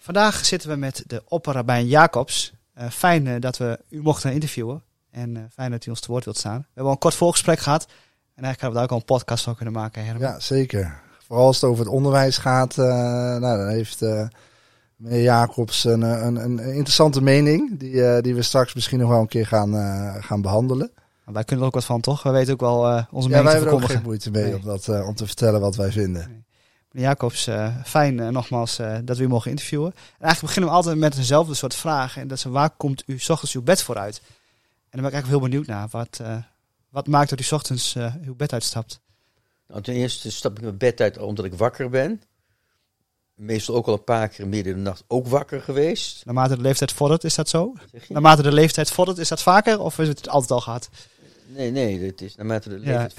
Vandaag zitten we met de opperrabijn Jacobs. Fijn dat we u mochten interviewen. En fijn dat u ons te woord wilt staan. We hebben al een kort voorgesprek gehad. En eigenlijk hadden we daar ook al een podcast van kunnen maken, Herman. Ja, zeker. Vooral als het over het onderwijs gaat. Dan heeft meneer Jacobs een interessante mening. Die we straks misschien nog wel een keer gaan behandelen. Wij kunnen er ook wat van, toch? We weten ook wel onze mening te verkondigen. Ja, wij hebben er ook geen moeite mee om te vertellen wat wij vinden. Nee. Meneer Jacobs, fijn nogmaals dat we u mogen interviewen. En eigenlijk beginnen we altijd met dezelfde soort vragen. En dat is, waar komt u 's ochtends uw bed voor uit? En daar ben ik eigenlijk heel benieuwd naar. Wat maakt dat u 's ochtends uw bed uitstapt? Nou, ten eerste stap ik mijn bed uit omdat ik wakker ben. Meestal ook al een paar keer midden in de nacht ook wakker geweest. Naarmate de leeftijd vordert, is dat zo? Naarmate de leeftijd vordert, is dat vaker? Of is het altijd al gehad? Nee, het is naarmate de leeftijd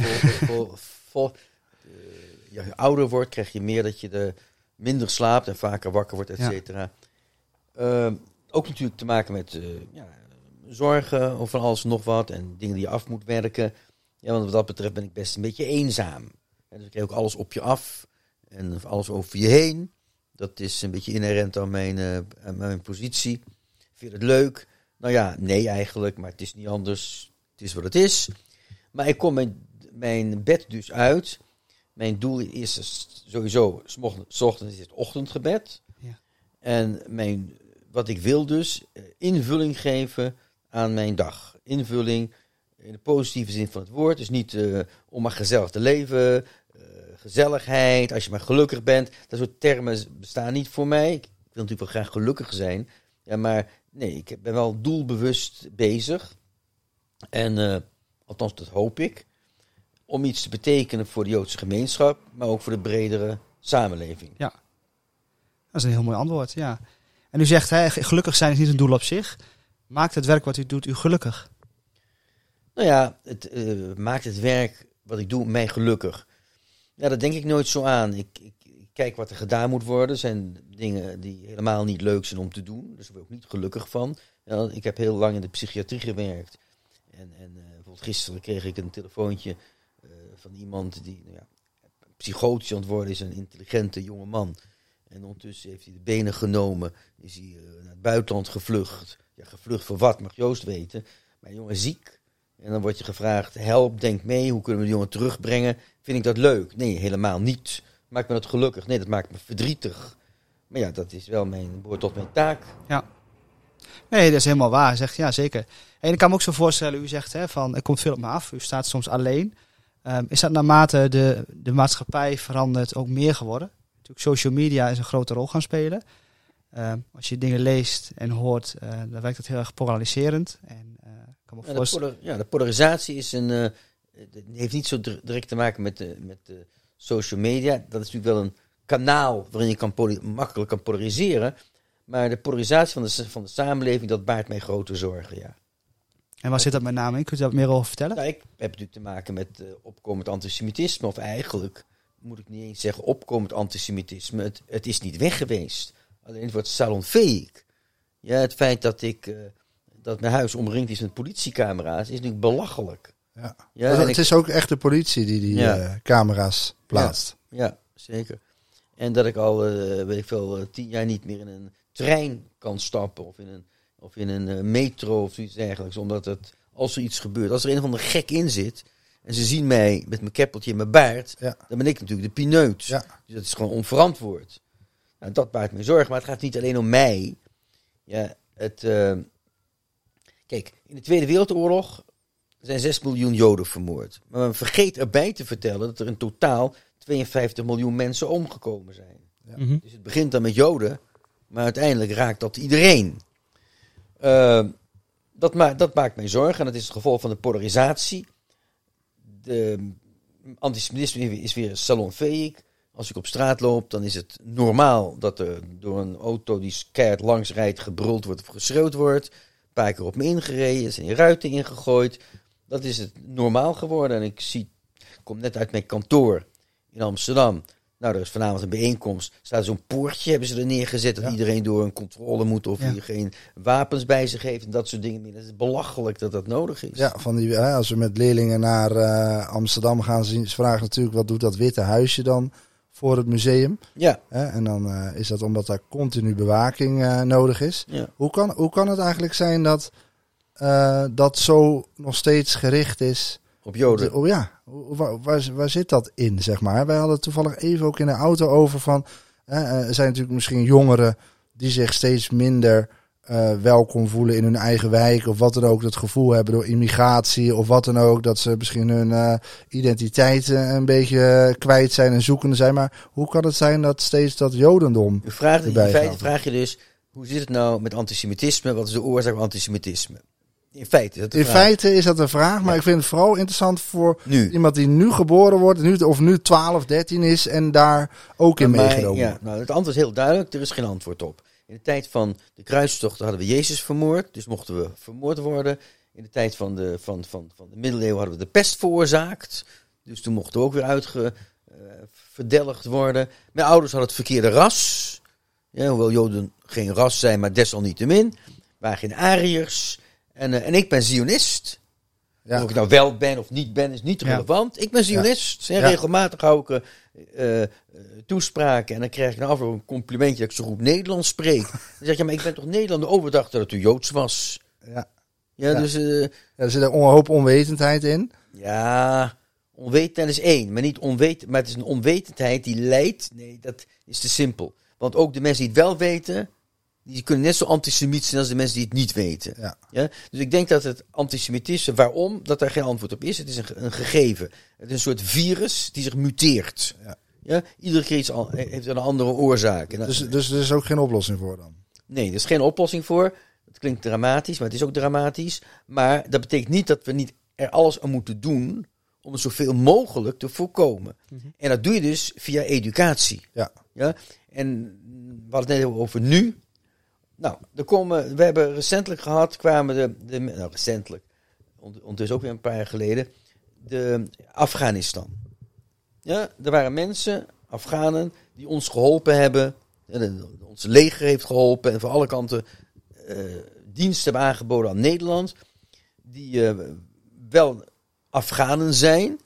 je ouder wordt, krijg je meer dat je er minder slaapt en vaker wakker wordt, et cetera. Ook natuurlijk te maken met zorgen of van alles en nog wat en dingen die je af moet werken. Ja, want wat dat betreft ben ik best een beetje eenzaam. En dus ik krijg ook alles op je af en alles over je heen. Dat is een beetje inherent aan mijn positie. Vind je het leuk? Nou ja, nee eigenlijk, maar het is niet anders. Het is wat het is. Maar ik kom mijn bed dus uit. Mijn doel is sowieso, 's ochtends is het ochtendgebed. Ja. En wat ik wil dus, invulling geven aan mijn dag. Invulling in de positieve zin van het woord. Dus niet om maar gezellig te leven, gezelligheid, als je maar gelukkig bent. Dat soort termen bestaan niet voor mij. Ik wil natuurlijk wel graag gelukkig zijn. Ja, maar nee, ik ben wel doelbewust bezig. En althans, dat hoop ik. Om iets te betekenen voor de Joodse gemeenschap, maar ook voor de bredere samenleving. Ja, dat is een heel mooi antwoord, ja. En u zegt, gelukkig zijn is niet een doel op zich. Maakt het werk wat u doet u gelukkig? Nou ja, het maakt het werk wat ik doe mij gelukkig. Ja, dat denk ik nooit zo aan. Ik kijk wat er gedaan moet worden. Er zijn dingen die helemaal niet leuk zijn om te doen. Dus daar word ik ook niet gelukkig van. Ja, ik heb heel lang in de psychiatrie gewerkt. En bijvoorbeeld gisteren kreeg ik een telefoontje van iemand die psychotisch aan het worden is, een intelligente jonge man. En ondertussen heeft hij de benen genomen, is hij naar het buitenland gevlucht. Ja, gevlucht voor wat, mag Joost weten. Maar een jongen ziek. En dan wordt je gevraagd, help, denk mee, hoe kunnen we die jongen terugbrengen? Vind ik dat leuk? Nee, helemaal niet. Maakt me dat gelukkig? Nee, dat maakt me verdrietig. Maar ja, dat is wel behoort tot mijn taak. Ja. Nee, dat is helemaal waar. Zegt, ja, zeker. En ik kan me ook zo voorstellen, u zegt, er komt veel op me af. U staat soms alleen. Is dat naarmate de maatschappij verandert ook meer geworden? Natuurlijk, social media is een grote rol gaan spelen. Als je dingen leest en hoort, dan werkt het heel erg polariserend. En, kan me de polarisatie heeft niet zo direct te maken met de social media. Dat is natuurlijk wel een kanaal waarin je makkelijk kan polariseren. Maar de polarisatie van de samenleving, dat baart mij grote zorgen, ja. En waar zit dat met name in? Kunt u daar meer over vertellen? Nou, ik heb natuurlijk te maken met opkomend antisemitisme. Of eigenlijk moet ik niet eens zeggen opkomend antisemitisme. Het is niet weg geweest. Alleen het wordt salonfähig. Ja, het feit dat mijn huis omringd is met politiecamera's is natuurlijk belachelijk. Ja, het is ook echt de politie die camera's plaatst. Ja, zeker. En dat ik al, 10 jaar niet meer in een trein kan stappen of in een metro of zoiets dergelijks. Omdat als er iets gebeurt, als er een of ander gek in zit en ze zien mij met mijn keppeltje en mijn baard, dan ben ik natuurlijk de pineut. Ja. Dus dat is gewoon onverantwoord. Nou, dat baart me zorgen, maar het gaat niet alleen om mij. Ja, kijk, in de Tweede Wereldoorlog zijn 6 miljoen Joden vermoord. Maar men vergeet erbij te vertellen dat er in totaal 52 miljoen mensen omgekomen zijn. Ja. Mm-hmm. Dus het begint dan met Joden, maar uiteindelijk raakt dat iedereen. Dat maakt mij zorgen en dat is het gevolg van de polarisatie. De antisemitisme is weer salonfähig. Als ik op straat loop, dan is het normaal dat er door een auto die keihard langs rijdt gebruld wordt of geschreeuwd wordt. Een paar keer op me ingereden, er zijn ruiten ingegooid. Dat is het normaal geworden. En ik kom net uit mijn kantoor in Amsterdam. Nou, er is vanavond een bijeenkomst. Staat zo'n poortje, hebben ze er neergezet, dat iedereen door een controle moet of hij geen wapens bij zich heeft en dat soort dingen meer. Het is belachelijk dat dat nodig is. Ja, als we met leerlingen naar Amsterdam gaan zien, ze vragen natuurlijk, wat doet dat witte huisje dan voor het museum. Ja. En dan is dat omdat daar continu bewaking nodig is. Ja. Hoe kan het eigenlijk zijn dat zo nog steeds gericht is Op Joden. Waar zit dat in, zeg maar? Wij hadden toevallig even ook in de auto over van... er zijn natuurlijk misschien jongeren die zich steeds minder welkom voelen in hun eigen wijk... of wat dan ook, het gevoel hebben door immigratie of wat dan ook... dat ze misschien hun identiteit een beetje kwijt zijn en zoekende zijn. Maar hoe kan het zijn dat steeds dat Jodendom In feite gaat? vraag je dus, hoe zit het nou met antisemitisme? Wat is de oorzaak van antisemitisme? In feite is dat de vraag. feite is dat een vraag, maar ik vind het vooral interessant voor Nu. iemand die nu geboren wordt, of nu 12, 13 is en daar ook in meegenomen Ja, wordt. nou, het antwoord is heel duidelijk, er is geen antwoord op. In de tijd van de kruistocht hadden we Jezus vermoord, dus mochten we vermoord worden. In de tijd van de middeleeuwen hadden we de pest veroorzaakt, dus toen mochten we ook weer verdelgd worden. Mijn ouders hadden het verkeerde ras, ja, hoewel Joden geen ras zijn, maar desalniettemin. Waren geen Ariërs. En ik ben Zionist. Ja. Of ik nou wel ben of niet ben, is niet relevant. Ik ben Zionist. Ja. Regelmatig hou ik toespraken. En dan krijg ik af een complimentje dat ik zo goed Nederlands spreek. Dan zeg je, maar ik ben toch Nederlander? Oh, we dachten dat u Joods was. Ja. Dus... Er zit een hoop onwetendheid in. Ja, onwetendheid is één. Maar niet onweten, maar het is een onwetendheid die leidt. Nee, dat is te simpel. Want ook de mensen die het wel weten... die kunnen net zo antisemiet zijn als de mensen die het niet weten. Ja? Dus ik denk dat het antisemitisme, waarom, dat daar geen antwoord op is. Het is een gegeven. Het is een soort virus die zich muteert. Ja? Iedere keer heeft een andere oorzaak. Dus er is ook geen oplossing voor dan? Nee, er is geen oplossing voor. Het klinkt dramatisch, maar het is ook dramatisch. Maar dat betekent niet dat we niet er alles aan moeten doen om het zoveel mogelijk te voorkomen. Mm-hmm. En dat doe je dus via educatie. Ja? En we hadden het net over nu. Nou, we hebben recentelijk gehad, recentelijk, ondertussen ook weer een paar jaar geleden, de Afghanistan. Ja, er waren mensen, Afghanen, die ons geholpen hebben, ons leger heeft geholpen en van alle kanten dienst hebben aangeboden aan Nederland, die wel Afghanen zijn.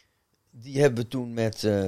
Die hebben we toen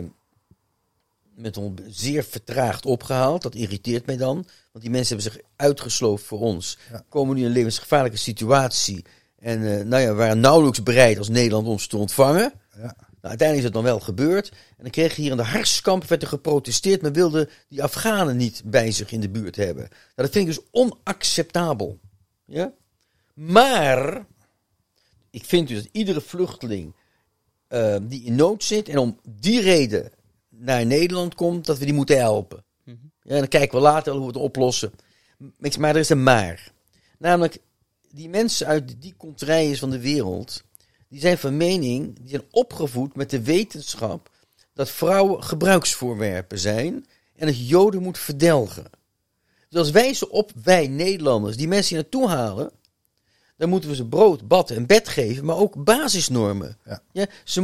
met ons zeer vertraagd opgehaald. Dat irriteert mij dan. Want die mensen hebben zich uitgesloofd voor ons. Ja. Komen nu in een levensgevaarlijke situatie. En we waren nauwelijks bereid als Nederland ons te ontvangen. Ja. Nou, uiteindelijk is het dan wel gebeurd. En dan kreeg je hier in de Harskamp, werd er geprotesteerd. Men wilde die Afghanen niet bij zich in de buurt hebben. Nou, dat vind ik dus onacceptabel. Ja? Maar ik vind dus dat iedere vluchteling die in nood zit en om die reden naar Nederland komt, dat we die moeten helpen. Mm-hmm. Ja, en dan kijken we later hoe we het oplossen. Maar er is een maar. Namelijk, die mensen uit die contraien van de wereld, die zijn van mening, die zijn opgevoed met de wetenschap dat vrouwen gebruiksvoorwerpen zijn en dat Joden moet verdelgen. Dus als wij Nederlanders, die mensen hier naartoe halen, dan moeten we ze brood, bad en bed geven, maar ook basisnormen. Ja. Ja, ze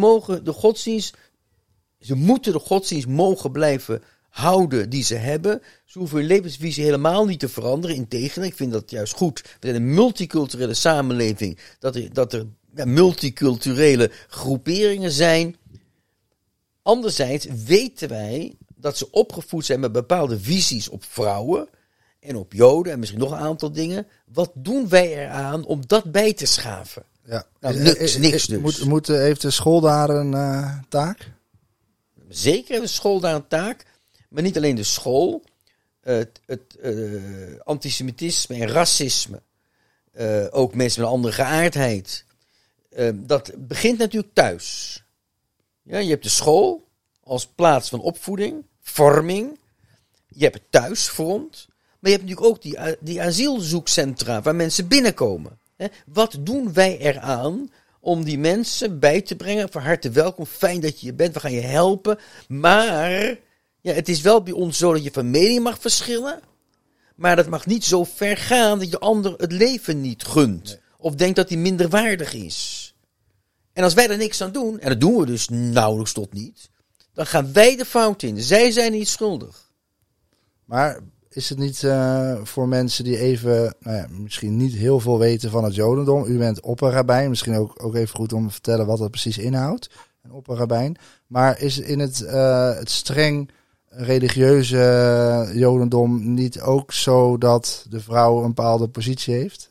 moeten de godsdienst mogen blijven houden die ze hebben. Ze hoeven hun levensvisie helemaal niet te veranderen. Integendeel, ik vind dat juist goed. We zijn een multiculturele samenleving. Dat er multiculturele groeperingen zijn. Anderzijds weten wij dat ze opgevoed zijn met bepaalde visies op vrouwen en op Joden en misschien nog een aantal dingen. Wat doen wij eraan om dat bij te schaven? Ja. Nou, niks dus. Heeft de school daar een taak? Zeker heeft de school daar een taak. Maar niet alleen de school. Het antisemitisme en racisme. Ook mensen met een andere geaardheid. Dat begint natuurlijk thuis. Ja, je hebt de school als plaats van opvoeding, vorming. Je hebt het thuisfront. Maar je hebt natuurlijk ook die asielzoekcentra waar mensen binnenkomen. Wat doen wij eraan om die mensen bij te brengen? Van harte welkom, fijn dat je hier bent, we gaan je helpen. Maar ja, het is wel bij ons zo dat je van mening mag verschillen. Maar dat mag niet zo ver gaan dat je ander het leven niet gunt. Nee. Of denkt dat hij minder waardig is. En als wij er niks aan doen, en dat doen we dus nauwelijks tot niet, dan gaan wij de fout in. Zij zijn niet schuldig. Maar is het niet voor mensen die even, misschien niet heel veel weten van het Jodendom? U bent opperrabijn, misschien ook even goed om te vertellen wat dat precies inhoudt. Een opperrabijn. Maar is in het streng religieuze jodendom niet ook zo dat de vrouw een bepaalde positie heeft?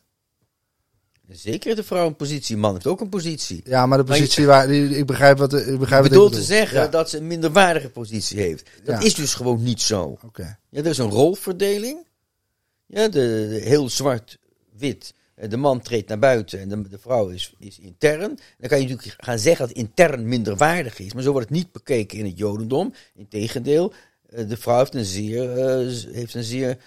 Zeker heeft de vrouw een positie, man heeft ook een positie. Ja, maar de positie ik begrijp wat ik bedoel te zeggen dat ze een minderwaardige positie heeft. Dat is dus gewoon niet zo. Okay. Ja, er is een rolverdeling. Ja, de heel zwart-wit. De man treedt naar buiten en de vrouw is intern. Dan kan je natuurlijk gaan zeggen dat intern minderwaardig is. Maar zo wordt het niet bekeken in het jodendom. Integendeel, de vrouw heeft een zeer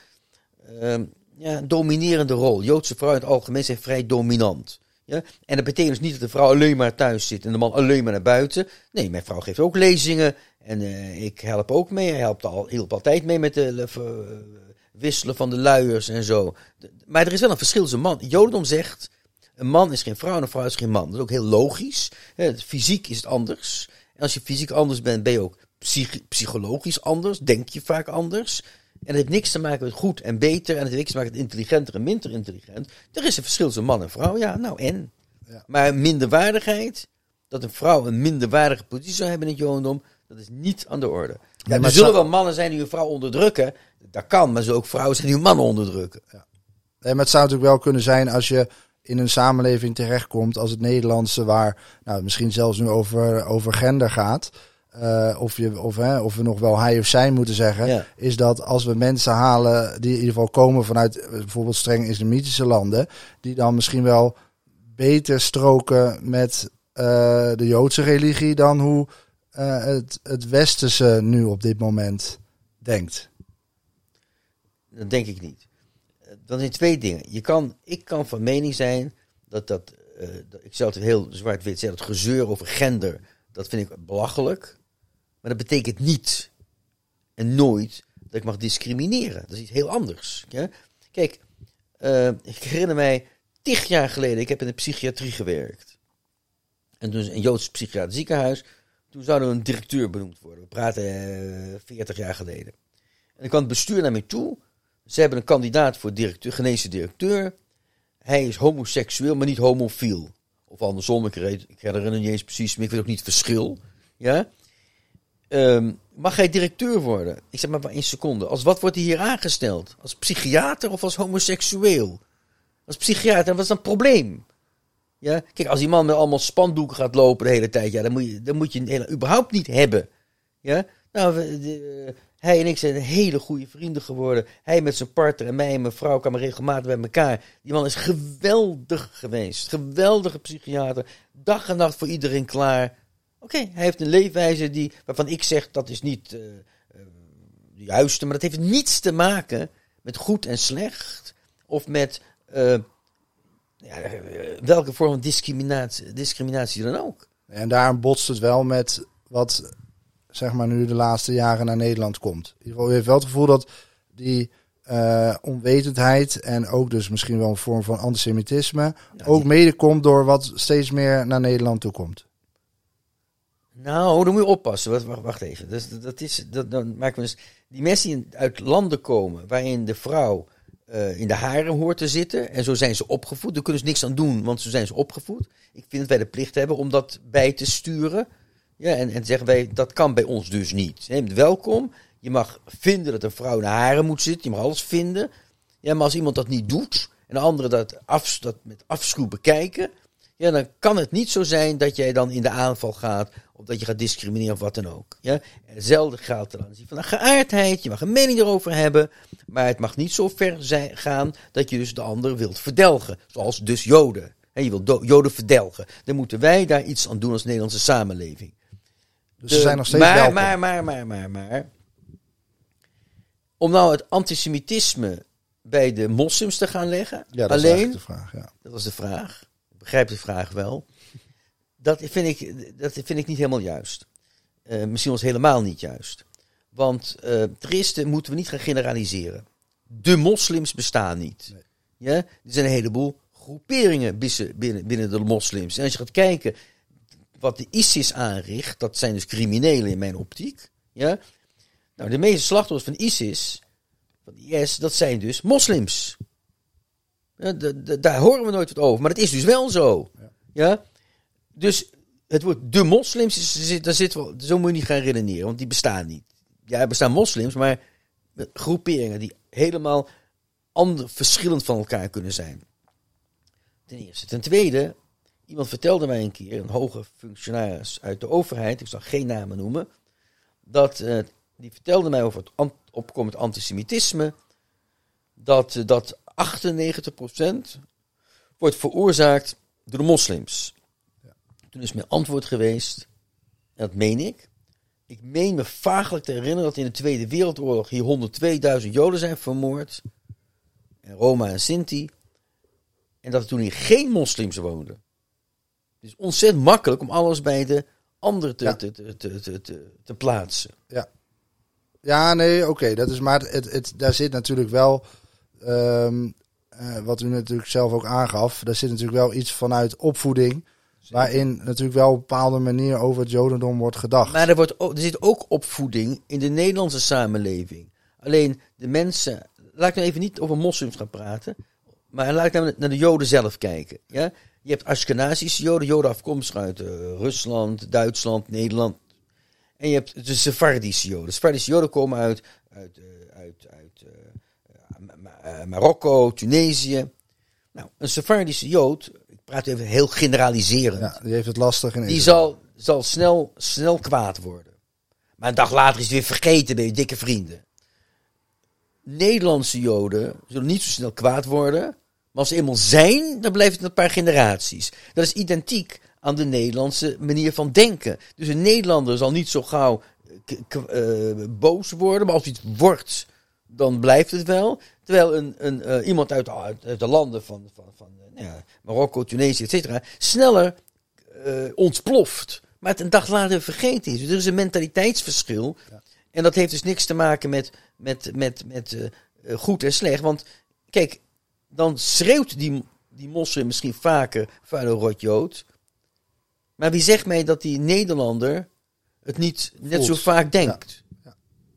dominerende rol. Joodse vrouwen in het algemeen zijn vrij dominant. Ja? En dat betekent dus niet dat de vrouw alleen maar thuis zit en de man alleen maar naar buiten. Nee, mijn vrouw geeft ook lezingen en ik help ook mee. Hij hielp altijd mee met de wisselen van de luiers en zo. Maar er is wel een verschil tussen man. Jodendom zegt, een man is geen vrouw en een vrouw is geen man. Dat is ook heel logisch. Fysiek is het anders. En als je fysiek anders bent, ben je ook psychologisch anders. Denk je vaak anders. En dat heeft niks te maken met goed en beter. En het heeft niks te maken met intelligenter en minder intelligent. Er is een verschil tussen man en vrouw. Ja, nou en? Ja. Maar minderwaardigheid, dat een vrouw een minderwaardige positie zou hebben in het jodendom, dat is niet aan de orde. Ja, er zullen wel mannen zijn die een vrouw onderdrukken. Dat kan, maar er zullen ook vrouwen zijn die hun mannen onderdrukken. Ja. Nee, maar het zou natuurlijk wel kunnen zijn als je in een samenleving terechtkomt als het Nederlandse, waar misschien zelfs nu over gender gaat. Of we nog wel hij of zij moeten zeggen, is dat als we mensen halen die in ieder geval komen vanuit bijvoorbeeld streng islamitische landen, die dan misschien wel beter stroken met de Joodse religie dan hoe het Westerse nu op dit moment denkt. Dat denk ik niet. Dat zijn twee dingen. Ik kan van mening zijn dat ik zal het heel zwart-wit zeggen, dat gezeur over gender, dat vind ik belachelijk. Maar dat betekent niet en nooit dat ik mag discrimineren. Dat is iets heel anders. Ja? Kijk, ik herinner mij 10 jaar geleden, ik heb in de psychiatrie gewerkt. En toen een Joods psychiatrisch ziekenhuis, toen zouden we een directeur benoemd worden. We praten 40 jaar geleden. En dan kwam het bestuur naar mij toe. Ze hebben een kandidaat voor geneesde directeur. Hij is homoseksueel, maar niet homofiel. Of andersom, ik herinner me niet eens precies, maar ik weet ook niet het verschil. Ja? Mag hij directeur worden? Ik zeg maar 1 seconde. Als wat wordt hij hier aangesteld? Als psychiater of als homoseksueel? Als psychiater, wat is dan het probleem? Ja? Kijk, als die man met allemaal spandoeken gaat lopen de hele tijd, dan moet je überhaupt niet hebben. Ja? Nou, hij en ik zijn hele goede vrienden geworden. Hij met zijn partner en mij en mijn vrouw kwamen regelmatig bij elkaar. Die man is geweldig geweest. Geweldige psychiater. Dag en nacht voor iedereen klaar. Oké, hij heeft een leefwijze waarvan ik zeg dat is niet de juiste. Maar dat heeft niets te maken met goed en slecht. Of met welke vorm van discriminatie dan ook. En daarom botst het wel met wat zeg maar nu de laatste jaren naar Nederland komt. In ieder geval, u heeft wel het gevoel dat die onwetendheid en ook dus misschien wel een vorm van antisemitisme ook mede komt door wat steeds meer naar Nederland toe komt. Nou, dan moet je oppassen. Wacht even. Dan maken we die mensen die uit landen komen waarin de vrouw in de harem hoort te zitten. En zo zijn ze opgevoed. Daar kunnen ze niks aan doen, want zo zijn ze opgevoed. Ik vind dat wij de plicht hebben om dat bij te sturen. Ja, en zeggen wij, dat kan bij ons dus niet. Je bent welkom. Je mag vinden dat een vrouw in de harem moet zitten. Je mag alles vinden. Ja, maar als iemand dat niet doet en de anderen dat met afschuw bekijken, ja, dan kan het niet zo zijn dat jij dan in de aanval gaat of dat je gaat discrimineren of wat dan ook. Ja? En hetzelfde geldt ten aanzien van de geaardheid. Je mag een mening erover hebben, maar het mag niet zo ver gaan dat je dus de ander wilt verdelgen. Zoals dus Joden. En je wilt Joden verdelgen. Dan moeten wij daar iets aan doen als Nederlandse samenleving. Dus ze zijn nog steeds welkom. Maar. Om nou het antisemitisme bij de moslims te gaan leggen. Ja, dat is eigenlijk de vraag. Ja. Dat was de vraag. Ik begrijp de vraag wel. Dat vind ik niet helemaal juist. Misschien was het helemaal niet juist. Want ten eerste moeten we niet gaan generaliseren. De moslims bestaan niet. Nee. Ja? Er zijn een heleboel groeperingen binnen de moslims. En als je gaat kijken wat de ISIS aanricht, dat zijn dus criminelen in mijn optiek. Ja? Nou, de meeste slachtoffers van ISIS, van IS, dat zijn dus moslims. Ja, daar horen we nooit wat over, maar het is dus wel zo. Ja? Dus het woord de moslims, zo moet je niet gaan redeneren, want die bestaan niet. Ja, er bestaan moslims, maar groeperingen die helemaal verschillend van elkaar kunnen zijn. Ten eerste. Ten tweede, iemand vertelde mij een keer, een hoge functionaris uit de overheid, ik zal geen namen noemen, die vertelde mij over het opkomend antisemitisme, dat 98% wordt veroorzaakt door de moslims. Ja. Toen is mijn antwoord geweest, en dat meen ik. Ik meen me vaaglijk te herinneren dat in de Tweede Wereldoorlog hier 102.000 Joden zijn vermoord. En Roma en Sinti. En dat er toen hier geen moslims woonden. Het is ontzettend makkelijk om alles bij de ander te plaatsen. Ja. Ja, nee, oké. Dat is maar daar zit natuurlijk wel, wat u natuurlijk zelf ook aangaf, daar zit natuurlijk wel iets vanuit opvoeding, waarin natuurlijk wel op een bepaalde manier over het Jodendom wordt gedacht. Maar er zit ook opvoeding in de Nederlandse samenleving. Alleen de mensen, laat ik nou even niet over moslims gaan praten, maar laat ik nou naar de Joden zelf kijken. Ja? Je hebt Ashkenazische Joden afkomstig uit Rusland, Duitsland, Nederland. En je hebt de Sephardische Joden. De Sephardische Joden komen uit Marokko, Tunesië. Nou, een Sephardische Jood, ik praat even heel generaliserend. Ja, die heeft het lastig in die zal snel kwaad worden. Maar een dag later is hij weer vergeten bij je dikke vrienden. Nederlandse Joden zullen niet zo snel kwaad worden. Maar als ze eenmaal zijn, dan blijft het een paar generaties. Dat is identiek aan de Nederlandse manier van denken. Dus een Nederlander zal niet zo gauw boos worden. Maar als hij het wordt, dan blijft het wel. Terwijl iemand uit de landen van Marokko, Tunesië, etc. sneller ontploft. Maar het een dag later vergeten is. Dus er is een mentaliteitsverschil. Ja. En dat heeft dus niks te maken met goed en slecht. Want kijk, dan schreeuwt die moslim misschien vaker vuile rotjood. Maar wie zegt mij dat die Nederlander het niet net zo vaak denkt? Ja.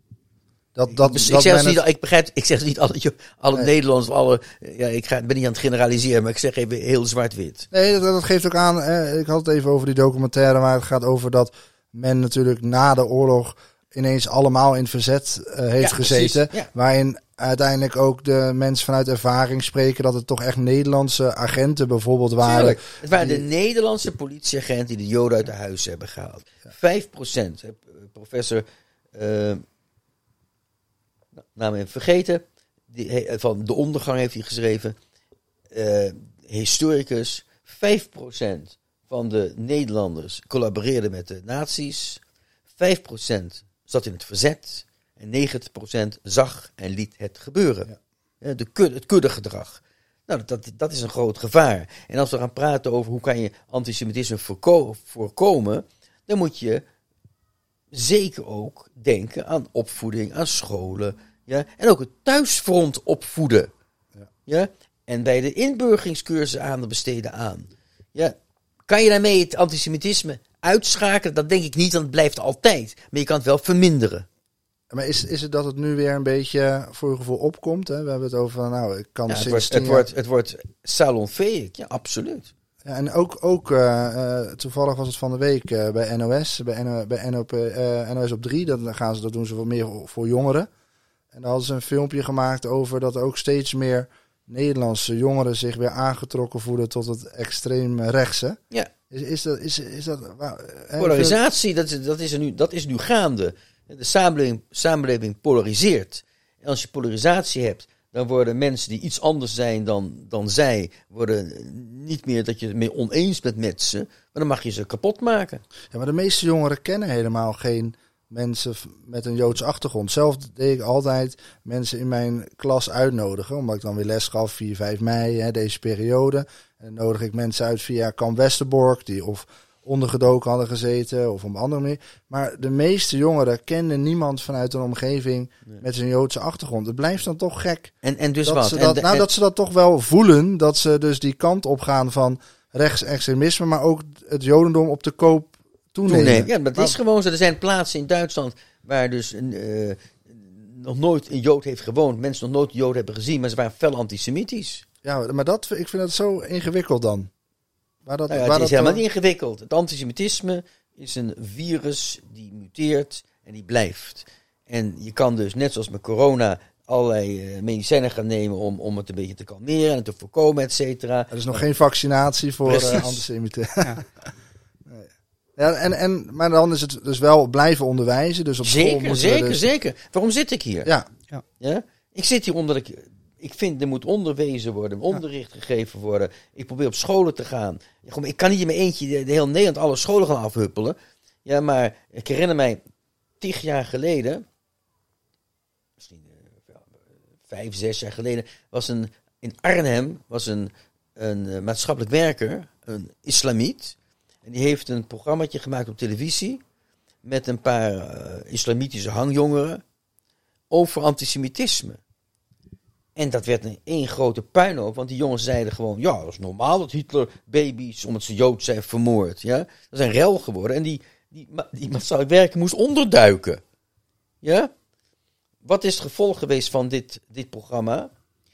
Ik zeg niet alle Nederlanders, ik ben niet aan het generaliseren, maar ik zeg even heel zwart-wit. Nee, dat geeft ook aan, ik had het even over die documentaire, maar het gaat over dat men natuurlijk na de oorlog ineens allemaal in het verzet heeft gezeten. Ja. Waarin uiteindelijk ook de mensen vanuit ervaring spreken dat het toch echt Nederlandse agenten bijvoorbeeld waren. Tuurlijk. Het waren de Nederlandse politieagenten die de Joden uit de huis hebben gehaald. Ja. 5%. Professor, naam even vergeten, van De Ondergang heeft hij geschreven. Historicus. 5% van de Nederlanders collaboreerden met de nazi's. 5% zat in het verzet. En 90% zag en liet het gebeuren. Ja. Het kuddegedrag. Nou, dat is een groot gevaar. En als we gaan praten over hoe kan je antisemitisme voorkomen, dan moet je zeker ook denken aan opvoeding, aan scholen. Ja? En ook het thuisfront opvoeden. Ja. Ja? En bij de inburgeringscursus aandacht besteden aan. Ja? Kan je daarmee het antisemitisme uitschakelen? Dat denk ik niet, want het blijft altijd. Maar je kan het wel verminderen. Maar is het dat het nu weer een beetje voor je gevoel opkomt? Hè? We hebben het over, ik kan het wordt salonfähig, ja, absoluut. Ja, en ook toevallig was het van de week bij NOS, bij NOS op 3, dat doen ze wat meer voor jongeren. En daar hadden ze een filmpje gemaakt over dat er ook steeds meer Nederlandse jongeren zich weer aangetrokken voelen tot het extreem rechtse. Ja. Is dat polarisatie, dat is nu gaande. De samenleving polariseert. En als je polarisatie hebt, dan worden mensen die iets anders zijn dan zij, worden niet meer dat je het mee oneens bent met ze, maar dan mag je ze kapot maken. Ja, maar de meeste jongeren kennen helemaal geen mensen met een Joodse achtergrond. Zelf deed ik altijd mensen in mijn klas uitnodigen, omdat ik dan weer les gaf 4, 5 mei, deze periode. En dan nodig ik mensen uit via Kamp Westerbork, die of ondergedoken hadden gezeten of op een andere manier. Maar de meeste jongeren kenden niemand vanuit een omgeving met zijn Joodse achtergrond. Het blijft dan toch gek. En dus dat wat? Dat ze dat toch wel voelen, dat ze dus die kant op gaan van rechtsextremisme, maar ook het Jodendom op de koop toenemen. Ja, maar het is gewoon zo. Er zijn plaatsen in Duitsland waar dus nog nooit een Jood heeft gewoond. Mensen nog nooit een Jood hebben gezien, maar ze waren fel antisemitisch. Ja, maar ik vind dat zo ingewikkeld dan. Het is helemaal niet ingewikkeld. Het antisemitisme is een virus die muteert en die blijft. En je kan dus, net zoals met corona, allerlei medicijnen gaan nemen om het een beetje te kalmeren en te voorkomen, et cetera. Er is nog geen vaccinatie voor antisemitisme. Ja. Ja, maar dan is het dus wel blijven onderwijzen. Dus op school moeten we Zeker. Waarom zit ik hier? Ja. Ik zit hier omdat ik vind er moet onderwezen worden, onderricht gegeven worden. Ik probeer op scholen te gaan. Ik kan niet in mijn eentje de heel Nederland alle scholen gaan afhuppelen. Ja, maar ik herinner mij 10 jaar geleden, misschien 5, 6 jaar geleden, in Arnhem was een maatschappelijk werker, een islamiet. En die heeft een programmaatje gemaakt op televisie met een paar islamitische hangjongeren over antisemitisme. En dat werd één grote puinhoop, want die jongens zeiden gewoon, ja, dat is normaal dat Hitler baby's, omdat ze Jood zijn, vermoord. Ja? Dat is een rel geworden. En die maatschappelijk werker moest onderduiken. Ja? Wat is het gevolg geweest van dit programma?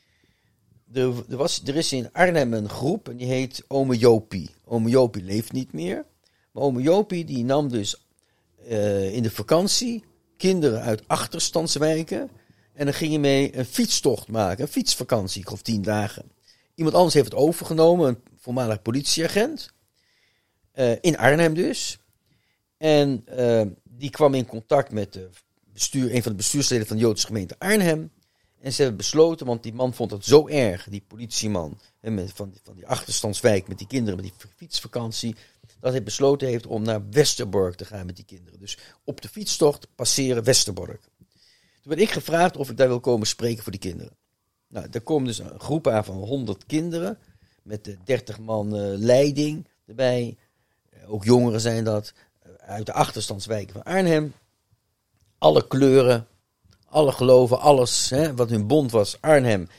Er is in Arnhem een groep en die heet Ome Jopie. Ome Jopie leeft niet meer. Maar Ome Jopie die nam dus in de vakantie kinderen uit achterstandswijken. En dan ging je mee een fietstocht maken. Een fietsvakantie, ik geloof 10 dagen. Iemand anders heeft het overgenomen, een voormalig politieagent. In Arnhem dus. En die kwam in contact met een van de bestuursleden van de Joodse gemeente Arnhem. En ze hebben besloten, want die man vond het zo erg, die politieman, van die achterstandswijk met die kinderen, met die fietsvakantie, dat hij besloten heeft om naar Westerbork te gaan met die kinderen. Dus op de fietstocht passeren Westerbork. Toen werd ik gevraagd of ik daar wil komen spreken voor die kinderen. Nou, daar komt dus een groep aan van 100 kinderen, met de 30 man leiding erbij. Ook jongeren zijn dat, uit de achterstandswijken van Arnhem. Alle kleuren, alle geloven, alles wat hun bond was, Arnhem.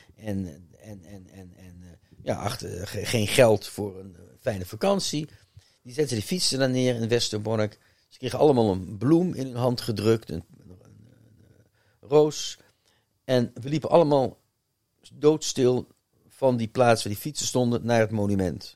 Geen geld voor een fijne vakantie. Die zetten die fietsen dan neer in Westerbork. Ze kregen allemaal een bloem in hun hand gedrukt, een roos. En we liepen allemaal doodstil van die plaats waar die fietsen stonden naar het monument.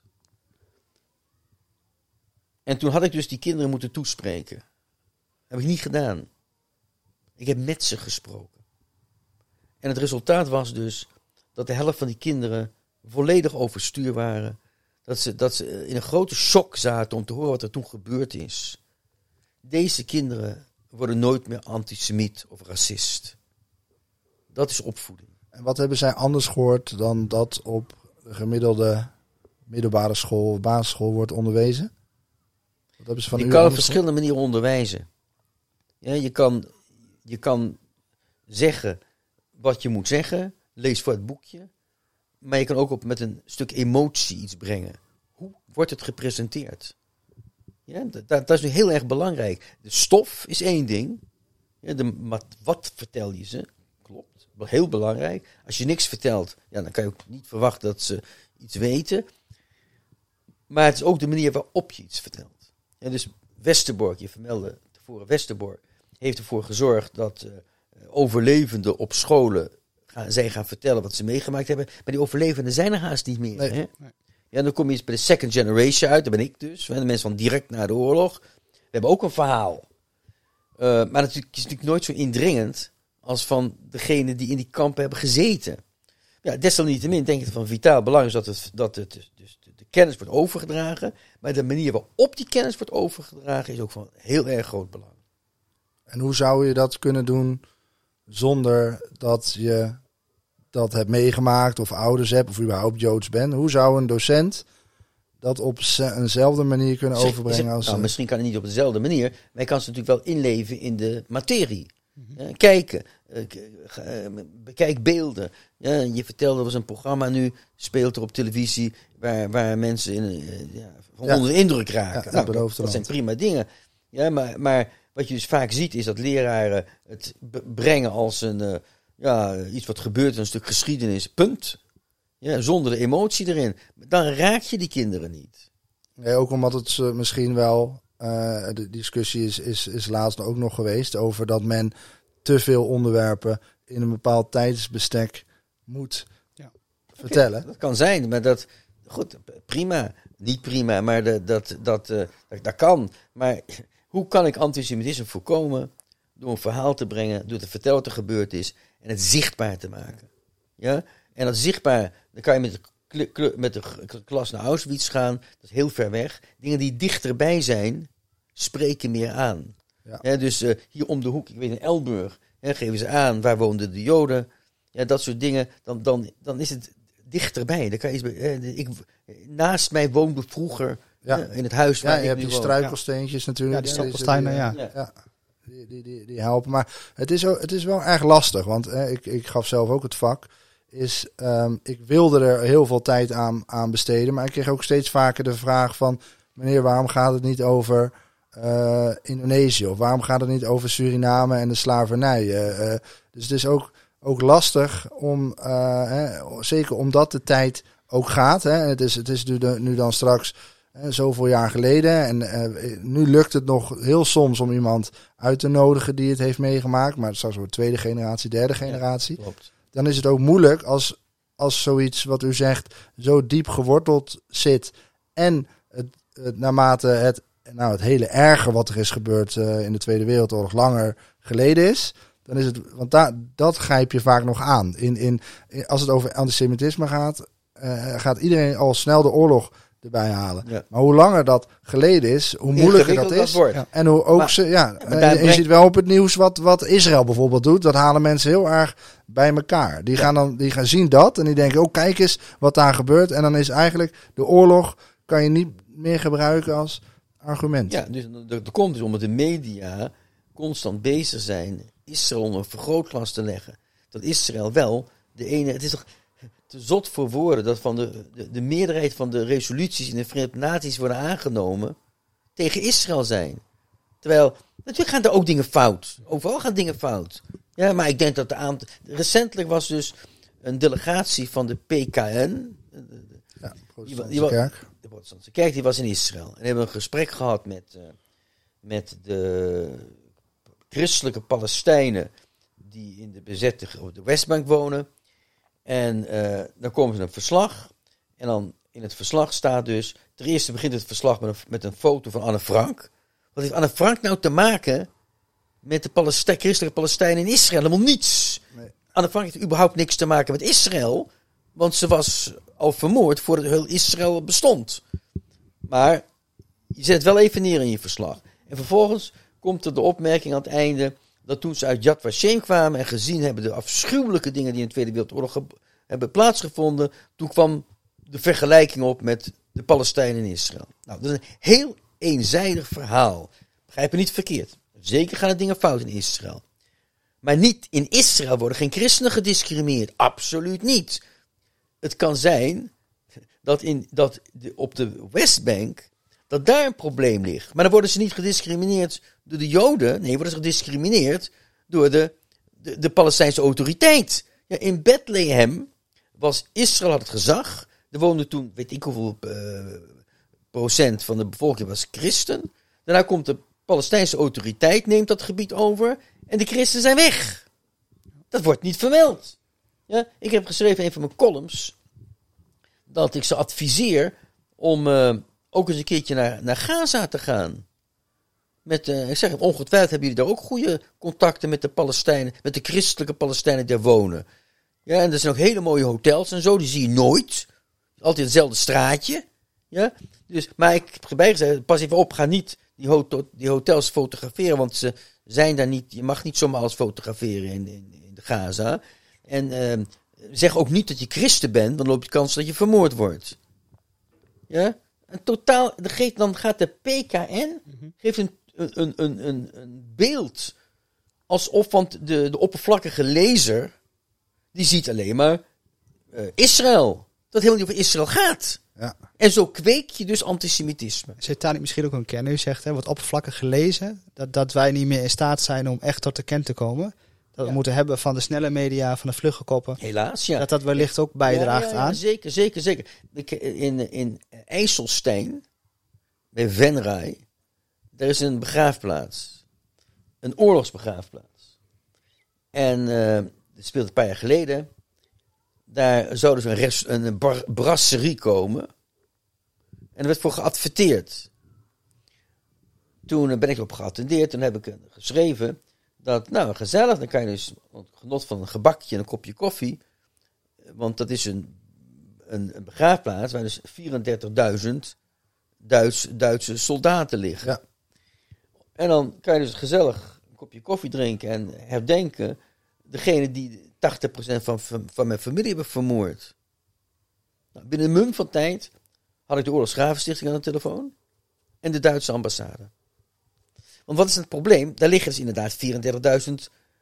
En toen had ik dus die kinderen moeten toespreken. Dat heb ik niet gedaan. Ik heb met ze gesproken. En het resultaat was dus dat de helft van die kinderen volledig overstuur waren. Dat ze in een grote shock zaten om te horen wat er toen gebeurd is. Deze kinderen worden nooit meer antisemiet of racist. Dat is opvoeding. En wat hebben zij anders gehoord dan dat op de gemiddelde middelbare school of basisschool wordt onderwezen? Wat hebben ze van je kan op verschillende manieren onderwijzen. Ja, je kan zeggen wat je moet zeggen. Lees voor het boekje. Maar je kan ook met een stuk emotie iets brengen. Hoe wordt het gepresenteerd? Ja, dat is nu heel erg belangrijk. De stof is één ding. Ja, wat vertel je ze? Klopt. Heel belangrijk. Als je niks vertelt, ja, dan kan je ook niet verwachten dat ze iets weten. Maar het is ook de manier waarop je iets vertelt. Ja, dus Westerbork, je vermeldde tevoren Westerbork, heeft ervoor gezorgd dat overlevenden op scholen zij gaan vertellen wat ze meegemaakt hebben. Maar die overlevenden zijn er haast niet meer. Nee. Hè? Nee. Ja, dan kom je eens bij de second generation uit. Daar ben ik dus. De mensen van direct na de oorlog. We hebben ook een verhaal. Maar natuurlijk is natuurlijk nooit zo indringend als van degene die in die kampen hebben gezeten. Ja, desalniettemin denk ik dat van vitaal belang is dat de kennis wordt overgedragen. Maar de manier waarop die kennis wordt overgedragen is ook van heel erg groot belang. En hoe zou je dat kunnen doen zonder dat je dat hebt meegemaakt of ouders hebt of überhaupt Joods bent? Hoe zou een docent dat op eenzelfde manier kunnen overbrengen als... Nou, misschien kan het niet op dezelfde manier, maar hij kan ze natuurlijk wel inleven in de materie. Mm-hmm. Kijken, bekijk beelden. Ja, je vertelde, er was een programma nu, speelt er op televisie, waar mensen onder de indruk raken. Ja, dat zijn prima dingen. Ja, maar wat je dus vaak ziet is dat leraren het brengen als iets wat gebeurt, een stuk geschiedenis, punt. Ja, zonder de emotie erin. Dan raak je die kinderen niet. Nee, ook omdat het misschien wel, de discussie is laatst ook nog geweest over dat men te veel onderwerpen in een bepaald tijdsbestek moet vertellen. Okay, dat kan zijn, maar dat, goed, prima. Niet prima, maar dat kan. Maar hoe kan ik antisemitisme voorkomen? door een verhaal te brengen, door te vertellen wat er gebeurd is en het zichtbaar te maken. Ja? En dat zichtbaar, dan kan je met de klas naar Auschwitz gaan, dat is heel ver weg. Dingen die dichterbij zijn, spreken meer aan. Ja. Ja, dus hier om de hoek, ik weet in Elburg, geven ze aan, waar woonden de Joden. Ja, dat soort dingen, dan is het dichterbij. Dan kan je naast mij woonde vroeger in het huis waar je hebt die struikelsteentjes natuurlijk. Ja, die stapelsteinen, ja. Die helpen. Maar het is wel erg lastig, want ik gaf zelf ook het vak. Ik wilde er heel veel tijd aan besteden, maar ik kreeg ook steeds vaker de vraag van, meneer, waarom gaat het niet over Indonesië? Of waarom gaat het niet over Suriname en de slavernij? Dus het is ook lastig om, zeker omdat de tijd ook gaat. Hè. Het is nu dan straks zoveel jaar geleden. En nu lukt het nog heel soms om iemand uit te nodigen die het heeft meegemaakt. Maar straks wordt tweede generatie, derde generatie. Ja, klopt. Dan is het ook moeilijk als zoiets wat u zegt zo diep geworteld zit. En naarmate het hele erge wat er is gebeurd in de Tweede Wereldoorlog langer geleden is. Dan is het, want dat grijp je vaak nog aan. Als het over antisemitisme gaat iedereen al snel de oorlog erbij halen. Ja. Maar hoe langer dat geleden is, hoe moeilijker dat is. Ja. En hoe ook je ziet wel op het nieuws wat Israël bijvoorbeeld doet. Dat halen mensen heel erg bij elkaar. Die gaan zien dat en die denken, kijk eens wat daar gebeurt. En dan is eigenlijk de oorlog kan je niet meer gebruiken als argument. Ja, dus er komt dus omdat de media constant bezig zijn Israël onder een vergrootglas te leggen. Dat Israël wel de ene... Het is toch te zot voor woorden dat van de meerderheid van de resoluties in de Verenigde Naties worden aangenomen tegen Israël zijn. Terwijl, natuurlijk gaan er ook dingen fout. Overal gaan dingen fout. Ja, maar ik denk dat recentelijk was dus een delegatie van de PKN. Ja, Protestantse Kerk. De Protestantse Kerk, die was in Israël. En hebben een gesprek gehad met de christelijke Palestijnen die in de bezette de Westbank wonen. En dan komen ze een verslag. En dan in het verslag staat dus... Ten eerste begint het verslag met een foto van Anne Frank. Wat heeft Anne Frank nou te maken met de christelijke Palestijnen in Israël? Helemaal niets. Nee. Anne Frank heeft überhaupt niks te maken met Israël. Want ze was al vermoord voordat heel Israël bestond. Maar je zet het wel even neer in je verslag. En vervolgens komt er de opmerking aan het einde dat toen ze uit Yad Vashem kwamen en gezien hebben de afschuwelijke dingen die in de Tweede Wereldoorlog hebben plaatsgevonden, toen kwam de vergelijking op met de Palestijnen in Israël. Nou, dat is een heel eenzijdig verhaal. Begrijp me niet verkeerd. Zeker gaan er dingen fout in Israël. Maar niet in Israël worden geen christenen gediscrimineerd. Absoluut niet. Het kan zijn dat op de Westbank dat daar een probleem ligt. Maar dan worden ze niet gediscrimineerd door de Joden. Nee, worden ze gediscrimineerd door de Palestijnse autoriteit. Ja, in Bethlehem was Israël had het gezag. Er woonden toen, weet ik hoeveel procent van de bevolking was christen. Daarna komt de Palestijnse autoriteit, neemt dat gebied over. En de christenen zijn weg. Dat wordt niet vermeld. Ja, ik heb geschreven in een van mijn columns dat ik ze adviseer om ook eens een keertje naar Gaza te gaan. Ik zeg, ongetwijfeld hebben jullie daar ook goede contacten met de Palestijnen, met de christelijke Palestijnen die daar wonen. Ja, en er zijn ook hele mooie hotels en zo, die zie je nooit. Altijd hetzelfde straatje. Ja, dus, maar ik heb erbij gezegd, pas even op, ga niet die hotels fotograferen, want ze zijn daar niet, je mag niet zomaar alles fotograferen in de Gaza. En zeg ook niet dat je christen bent, want dan loop je kans dat je vermoord wordt. Ja? En totaal, dan gaat de PKN geeft een beeld alsof, want de oppervlakkige lezer die ziet alleen maar Israël. Dat helemaal niet over Israël gaat. Ja. En zo kweek je dus antisemitisme. Zit daar niet misschien ook een kern? U zegt, wat oppervlakkig gelezen, dat wij niet meer in staat zijn om echt tot de kern te komen. Dat we moeten hebben van de snelle media, van de vlugge koppen. Helaas, ja. Dat wellicht ook bijdraagt aan. Zeker. In IJsselstein, bij Venray, daar is een begraafplaats. Een oorlogsbegraafplaats. En dat speelde een paar jaar geleden. Daar zou dus een brasserie komen. En er werd voor geadverteerd. Toen ben ik op geattendeerd. Toen heb ik geschreven dat, nou gezellig, dan kan je dus het genot van een gebakje en een kopje koffie. Want dat is een begraafplaats waar dus 34.000 Duitse soldaten liggen. Ja. En dan kan je dus gezellig een kopje koffie drinken en herdenken degene die 80% van mijn familie hebben vermoord. Nou, binnen een mum van tijd had ik de Oorlogsgravenstichting aan de telefoon en de Duitse ambassade. Want wat is het probleem? Daar liggen dus inderdaad 34.000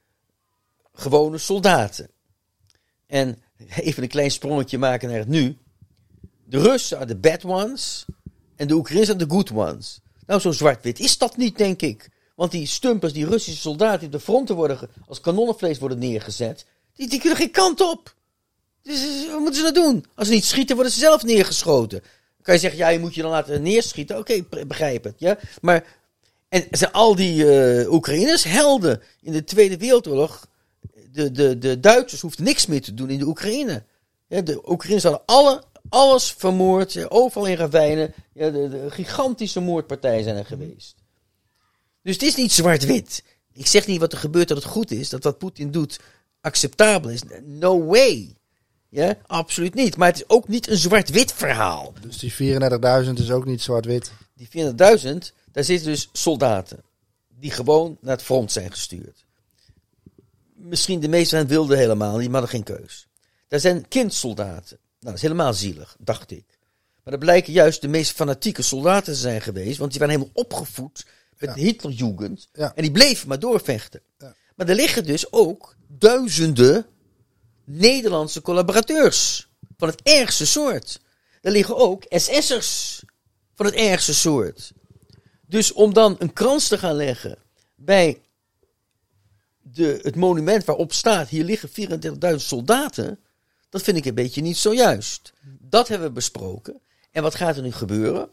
gewone soldaten. En even een klein sprongetje maken naar het nu. De Russen are the bad ones en de Oekraïners are the good ones. Nou, zo zwart-wit is dat niet, denk ik. Want die stumpers, die Russische soldaten die op de fronten als kanonnenvlees worden neergezet, die kunnen geen kant op. Dus, wat moeten ze nou doen? Als ze niet schieten, worden ze zelf neergeschoten. Dan kan je zeggen, ja, je moet je dan laten neerschieten. Oké, begrijp het. Ja? Maar, en zijn al die Oekraïners helden in de Tweede Wereldoorlog. De Duitsers hoefden niks meer te doen in de Oekraïne. Ja, de Oekraïners hadden alles vermoord. Ja, overal in ravijnen. Ja, de gigantische moordpartijen zijn er geweest. Dus het is niet zwart-wit. Ik zeg niet wat er gebeurt dat het goed is. Dat wat Poetin doet acceptabel is. No way. Ja, absoluut niet. Maar het is ook niet een zwart-wit verhaal. Dus die 34.000 is ook niet zwart-wit? Die 400.000, daar zitten dus soldaten. Die gewoon naar het front zijn gestuurd. Misschien de meeste van hen wilden helemaal niet, maar hadden geen keus. Daar zijn kindsoldaten. Nou, dat is helemaal zielig, dacht ik. Maar dat blijken juist de meest fanatieke soldaten te zijn geweest. Want die waren helemaal opgevoed met de Hitlerjugend. Ja. En die bleven maar doorvechten. Ja. Maar er liggen dus ook duizenden Nederlandse collaborateurs. Van het ergste soort. Er liggen ook SS'ers. Van het ergste soort. Dus om dan een krans te gaan leggen bij het monument waarop staat, hier liggen 34.000 soldaten. Dat vind ik een beetje niet zo juist. Dat hebben we besproken. En wat gaat er nu gebeuren?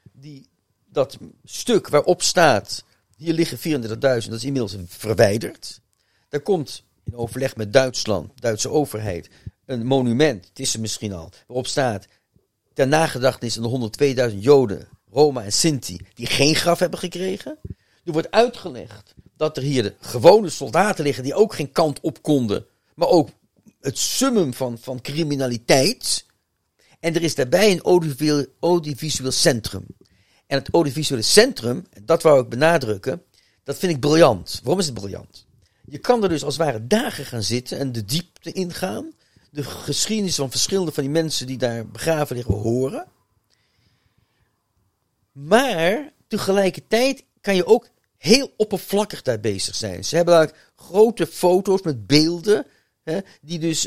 Dat stuk waarop staat, hier liggen 34.000, dat is inmiddels verwijderd. Daar komt in overleg met Duitsland, Duitse overheid, een monument, het is er misschien al, waarop staat, ter nagedachtenis aan de 102.000 Joden, Roma en Sinti, die geen graf hebben gekregen. Er wordt uitgelegd dat er hier de gewone soldaten liggen die ook geen kant op konden, maar ook het summum van criminaliteit. En er is daarbij een audiovisueel centrum. En het audiovisuele centrum, dat wou ik benadrukken, dat vind ik briljant. Waarom is het briljant? Je kan er dus als het ware dagen gaan zitten en de diepte ingaan. De geschiedenis van verschillende van die mensen die daar begraven liggen horen. Maar tegelijkertijd kan je ook heel oppervlakkig daar bezig zijn. Ze hebben daar grote foto's met beelden. Hè, die dus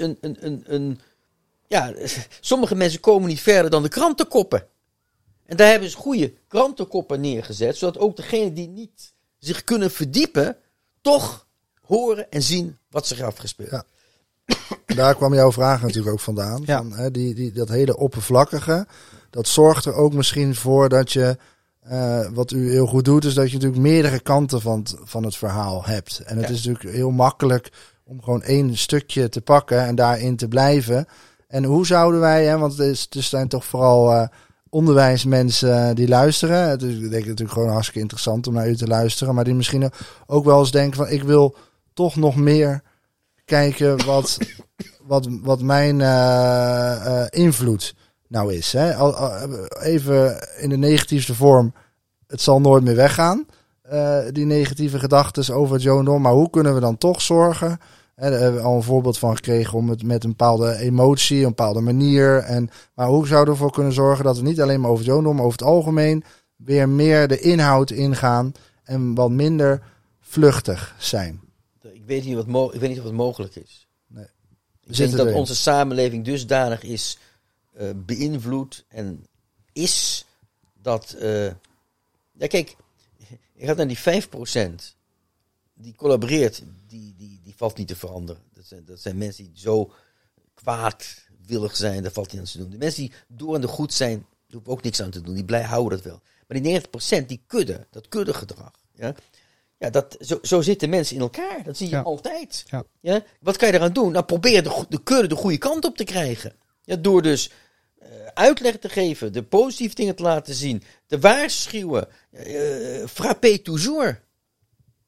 sommige mensen komen niet verder dan de krantenkoppen. En daar hebben ze goede krantenkoppen neergezet. Zodat ook degenen die niet zich kunnen verdiepen, toch horen en zien wat zich afgespeeld. Ja. Daar kwam jouw vraag natuurlijk ook vandaan. Ja. Van, dat hele oppervlakkige, dat zorgt er ook misschien voor dat je, wat u heel goed doet, is dat je natuurlijk meerdere kanten van het verhaal hebt. En het is natuurlijk heel makkelijk om gewoon één stukje te pakken en daarin te blijven. En hoe zouden wij, want er zijn toch vooral onderwijsmensen die luisteren. Het is denk ik natuurlijk gewoon hartstikke interessant om naar u te luisteren. Maar die misschien ook wel eens denken van, ik wil toch nog meer kijken wat mijn invloed nou is. Hè? Even in de negatiefste vorm, het zal nooit meer weggaan. Die negatieve gedachten over het jodendom. Maar hoe kunnen we dan toch zorgen? Daar hebben we al een voorbeeld van gekregen om het met een bepaalde emotie, een bepaalde manier. Maar hoe zouden we ervoor kunnen zorgen dat we niet alleen maar over het jodendom, maar over het algemeen weer meer de inhoud ingaan en wat minder vluchtig zijn? Ik weet niet of het mogelijk is. Nee. Ik denk dat onze samenleving dusdanig is beïnvloed en is dat... kijk, je gaat naar die 5% die collaboreert, die valt niet te veranderen. Dat zijn mensen die zo kwaadwillig zijn, daar valt niet aan te doen. De mensen die door en de goed zijn, daar hoeven ook niks aan te doen. Die houden dat wel. Maar die 90%, die dat kuddegedrag. Zo zitten mensen in elkaar. Dat zie je altijd. Ja. Ja? Wat kan je eraan doen? Nou, probeer de kudde de goede kant op te krijgen. Ja, door dus uitleg te geven, de positieve dingen te laten zien, te waarschuwen. Frappez toujours.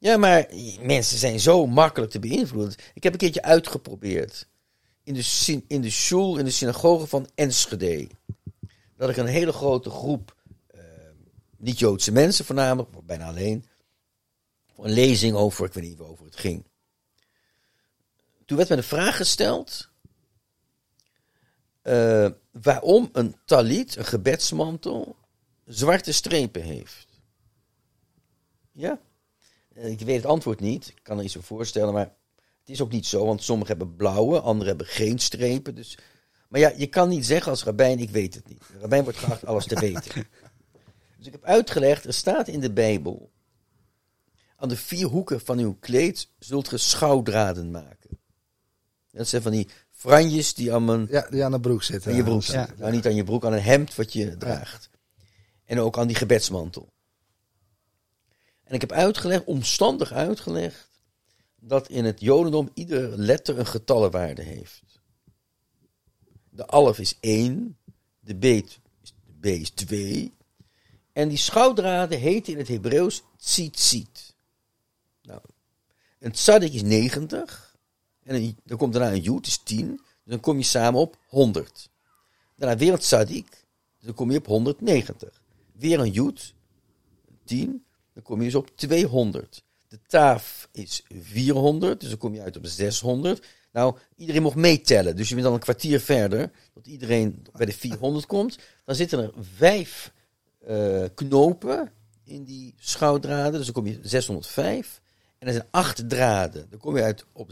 Ja, maar mensen zijn zo makkelijk te beïnvloeden. Ik heb een keertje uitgeprobeerd. In de shul, in de synagoge van Enschede. Dat ik een hele grote groep, niet-Joodse mensen voornamelijk, bijna alleen, voor een lezing over, ik weet niet waarover het ging. Toen werd me de vraag gesteld, waarom een talit, een gebedsmantel, zwarte strepen heeft. Ja? Ik weet het antwoord niet, ik kan er iets voor voorstellen, maar het is ook niet zo, want sommigen hebben blauwe, anderen hebben geen strepen. Dus. Maar ja, je kan niet zeggen als rabbijn, ik weet het niet. De rabbijn wordt geacht alles te weten. Dus ik heb uitgelegd, er staat in de Bijbel, aan de 4 hoeken van uw kleed zult ge schouwdraden maken. Dat zijn van die franjes die aan die aan de broek zitten. Aan je broek zitten. Ja. Nou, niet aan je broek, aan een hemd wat je draagt. En ook aan die gebedsmantel. En ik heb omstandig uitgelegd, dat in het Jodendom iedere letter een getallenwaarde heeft. De alef is 1, de B is 2. En die schouwdraden heten in het Hebreeuws tzitzit. Nou, een tzadik is 90. En dan komt daarna een jood, is 10. Dus dan kom je samen op 100. Daarna weer een tzadik. Dus dan kom je op 190. Weer een jood, 10. Dan kom je dus op 200. De taaf is 400, dus dan kom je uit op 600. Nou, iedereen mocht meetellen, dus je bent dan een kwartier verder, dat iedereen bij de 400 komt. Dan zitten er 5 knopen in die schouwdraden, dus dan kom je 605. En er zijn 8 draden, dan kom je uit op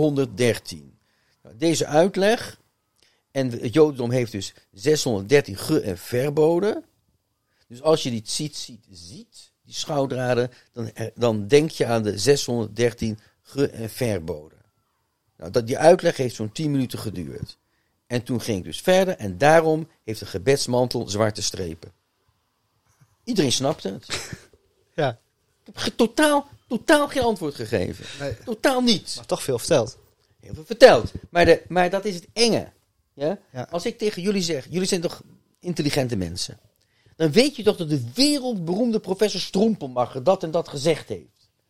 613. Nou, deze uitleg, en het Jodendom heeft dus 613 ge- en verboden. Dus als je die tzitzit ziet, die schouwdraden, dan denk je aan de 613 ge- en verboden. Nou, die uitleg heeft zo'n 10 minuten geduurd. En toen ging ik dus verder en daarom heeft een gebedsmantel zwarte strepen. Iedereen snapte het. Ja, Ik heb totaal geen antwoord gegeven. Nee. Totaal niets. maar toch veel verteld. Heel veel verteld. Maar dat is het enge. Ja? Ja. Als ik tegen jullie zeg, jullie zijn toch intelligente mensen. Dan weet je toch dat de wereldberoemde professor Stroempelmacher dat en dat gezegd heeft.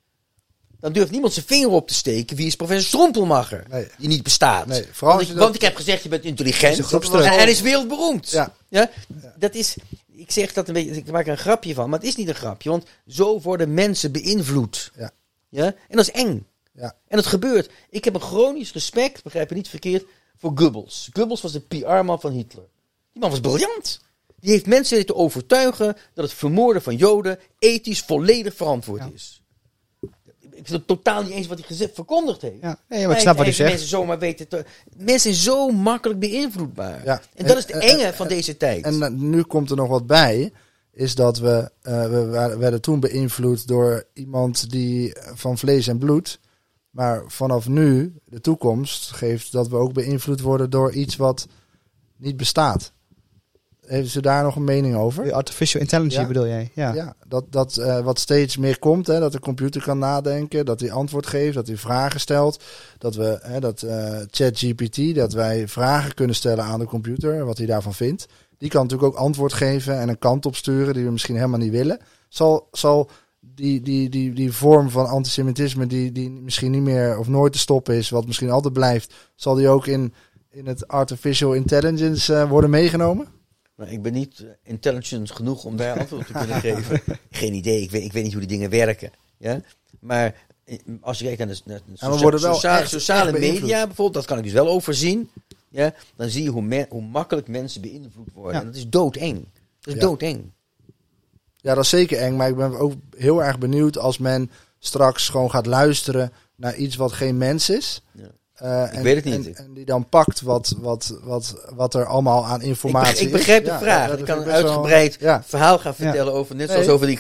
Dan durft niemand zijn vinger op te steken. Wie is professor Stroempelmacher? Nee. Die niet bestaat. Nee, vooral als je dat- Want ik heb gezegd, je bent intelligent. Is een groepsdruk. En hij is wereldberoemd. Ja. Ja? Dat is, ik zeg dat een beetje, ik maak er een grapje van. Maar het is niet een grapje. Want zo worden mensen beïnvloed. Ja. Ja? En dat is eng. Ja. En het gebeurt. Ik heb een chronisch respect, begrijp je niet verkeerd, voor Goebbels. Goebbels was de PR-man van Hitler. Die man was briljant. Die heeft mensen weten te overtuigen dat het vermoorden van Joden ethisch volledig verantwoord is. Ik vind het totaal niet eens wat hij verkondigd heeft. Ja, nee, maar ik snap wat hij zegt. Mensen zomaar weten mensen zijn zo makkelijk beïnvloedbaar. Ja. En dat is het enge van deze tijd. En nu komt er nog wat bij. Is dat we werden toen beïnvloed door iemand die van vlees en bloed. Maar vanaf nu, de toekomst, geeft dat we ook beïnvloed worden door iets wat niet bestaat. Heeft u daar nog een mening over? Artificial intelligence Ja. bedoel jij? Ja. Ja, dat wat steeds meer komt, hè, dat de computer kan nadenken, dat hij antwoord geeft, dat hij vragen stelt, dat we ChatGPT, dat wij vragen kunnen stellen aan de computer, wat hij daarvan vindt. Die kan natuurlijk ook antwoord geven en een kant op sturen die we misschien helemaal niet willen. Zal die vorm van antisemitisme die misschien niet meer of nooit te stoppen is, wat misschien altijd blijft, zal die ook in het artificial intelligence worden meegenomen? Nou, ik ben niet intelligent genoeg om daar antwoord op te kunnen geven. Geen idee, ik weet niet hoe die dingen werken. Ja? Maar als je kijkt naar de we worden wel sociale echt beïnvloed. media bijvoorbeeld, dat kan ik dus wel overzien. Ja? Dan zie je hoe makkelijk mensen beïnvloed worden. Ja. En dat is doodeng. Dat is Ja. doodeng. Ja, dat is zeker eng, maar ik ben ook heel erg benieuwd als men straks gewoon gaat luisteren naar iets wat geen mens is. Ja. Ik weet het niet. En die dan pakt wat er allemaal aan informatie is. Ik begrijp de Ja, vraag. dat Ik vind kan een best wel- uitgebreid Ja. verhaal gaan vertellen over, net zoals Nee. over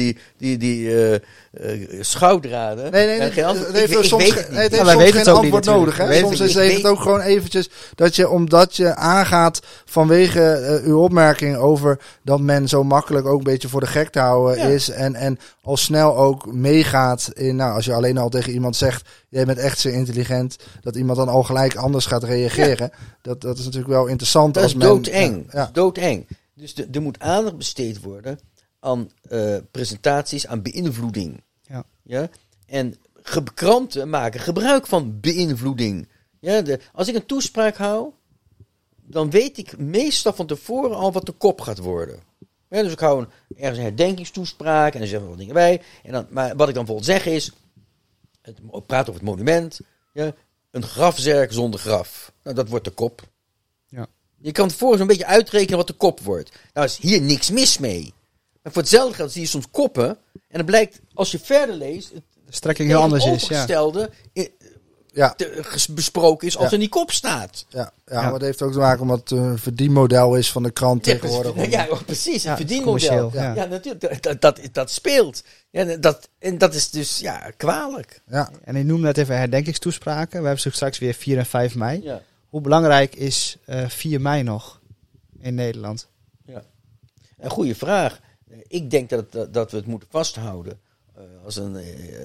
die schouwdraden. Nee, Geen antwoord. het heeft Ik soms, weet het niet. het heeft wij soms weten geen het ook niet antwoord nodig. natuurlijk. Hè? We Soms weten is het ook gewoon eventjes dat je, omdat je aangaat vanwege uw opmerking over dat men zo makkelijk ook een beetje voor de gek te houden Ja. is. En al snel ook meegaat in, nou, als je alleen al tegen iemand zegt, jij bent echt zeer intelligent, dat iemand dan al gelijk anders gaat reageren. Dat is natuurlijk wel interessant. Dat als is men, doodeng. Ja. Dat is doodeng. Dus er moet aandacht besteed worden aan presentaties, aan beïnvloeding. Ja. Ja? En kranten maken gebruik van beïnvloeding. Ja, als ik een toespraak hou, dan weet ik meestal van tevoren al wat de kop gaat worden. Ja, dus ik hou ergens een herdenkingstoespraak en dan zeggen we wat dingen bij. Maar wat ik dan bijvoorbeeld zeg is, praat over het monument, ja, een grafzerk zonder graf. Nou, dat wordt de kop. Ja. Je kan tevoren zo'n beetje uitrekenen wat de kop wordt. Nou is hier niks mis mee. Maar voor hetzelfde geld zie je soms koppen. En dan blijkt, als je verder leest, De strekking heel anders is. Ja. tegenovergestelde Ja. besproken is als in die kop staat. Ja, maar dat heeft ook te maken omdat het een verdienmodel is van de krant tegenwoordig. Ja, precies. Een Ja, verdienmodel. commercieel, ja. Ja, natuurlijk. Dat speelt. Ja, dat is dus kwalijk. Ja. En ik noemde net even herdenkingstoespraken. We hebben ze straks weer 4 en 5 mei. Ja. Hoe belangrijk is 4 mei nog in Nederland? Een goede vraag. Ik denk dat we het moeten vasthouden als een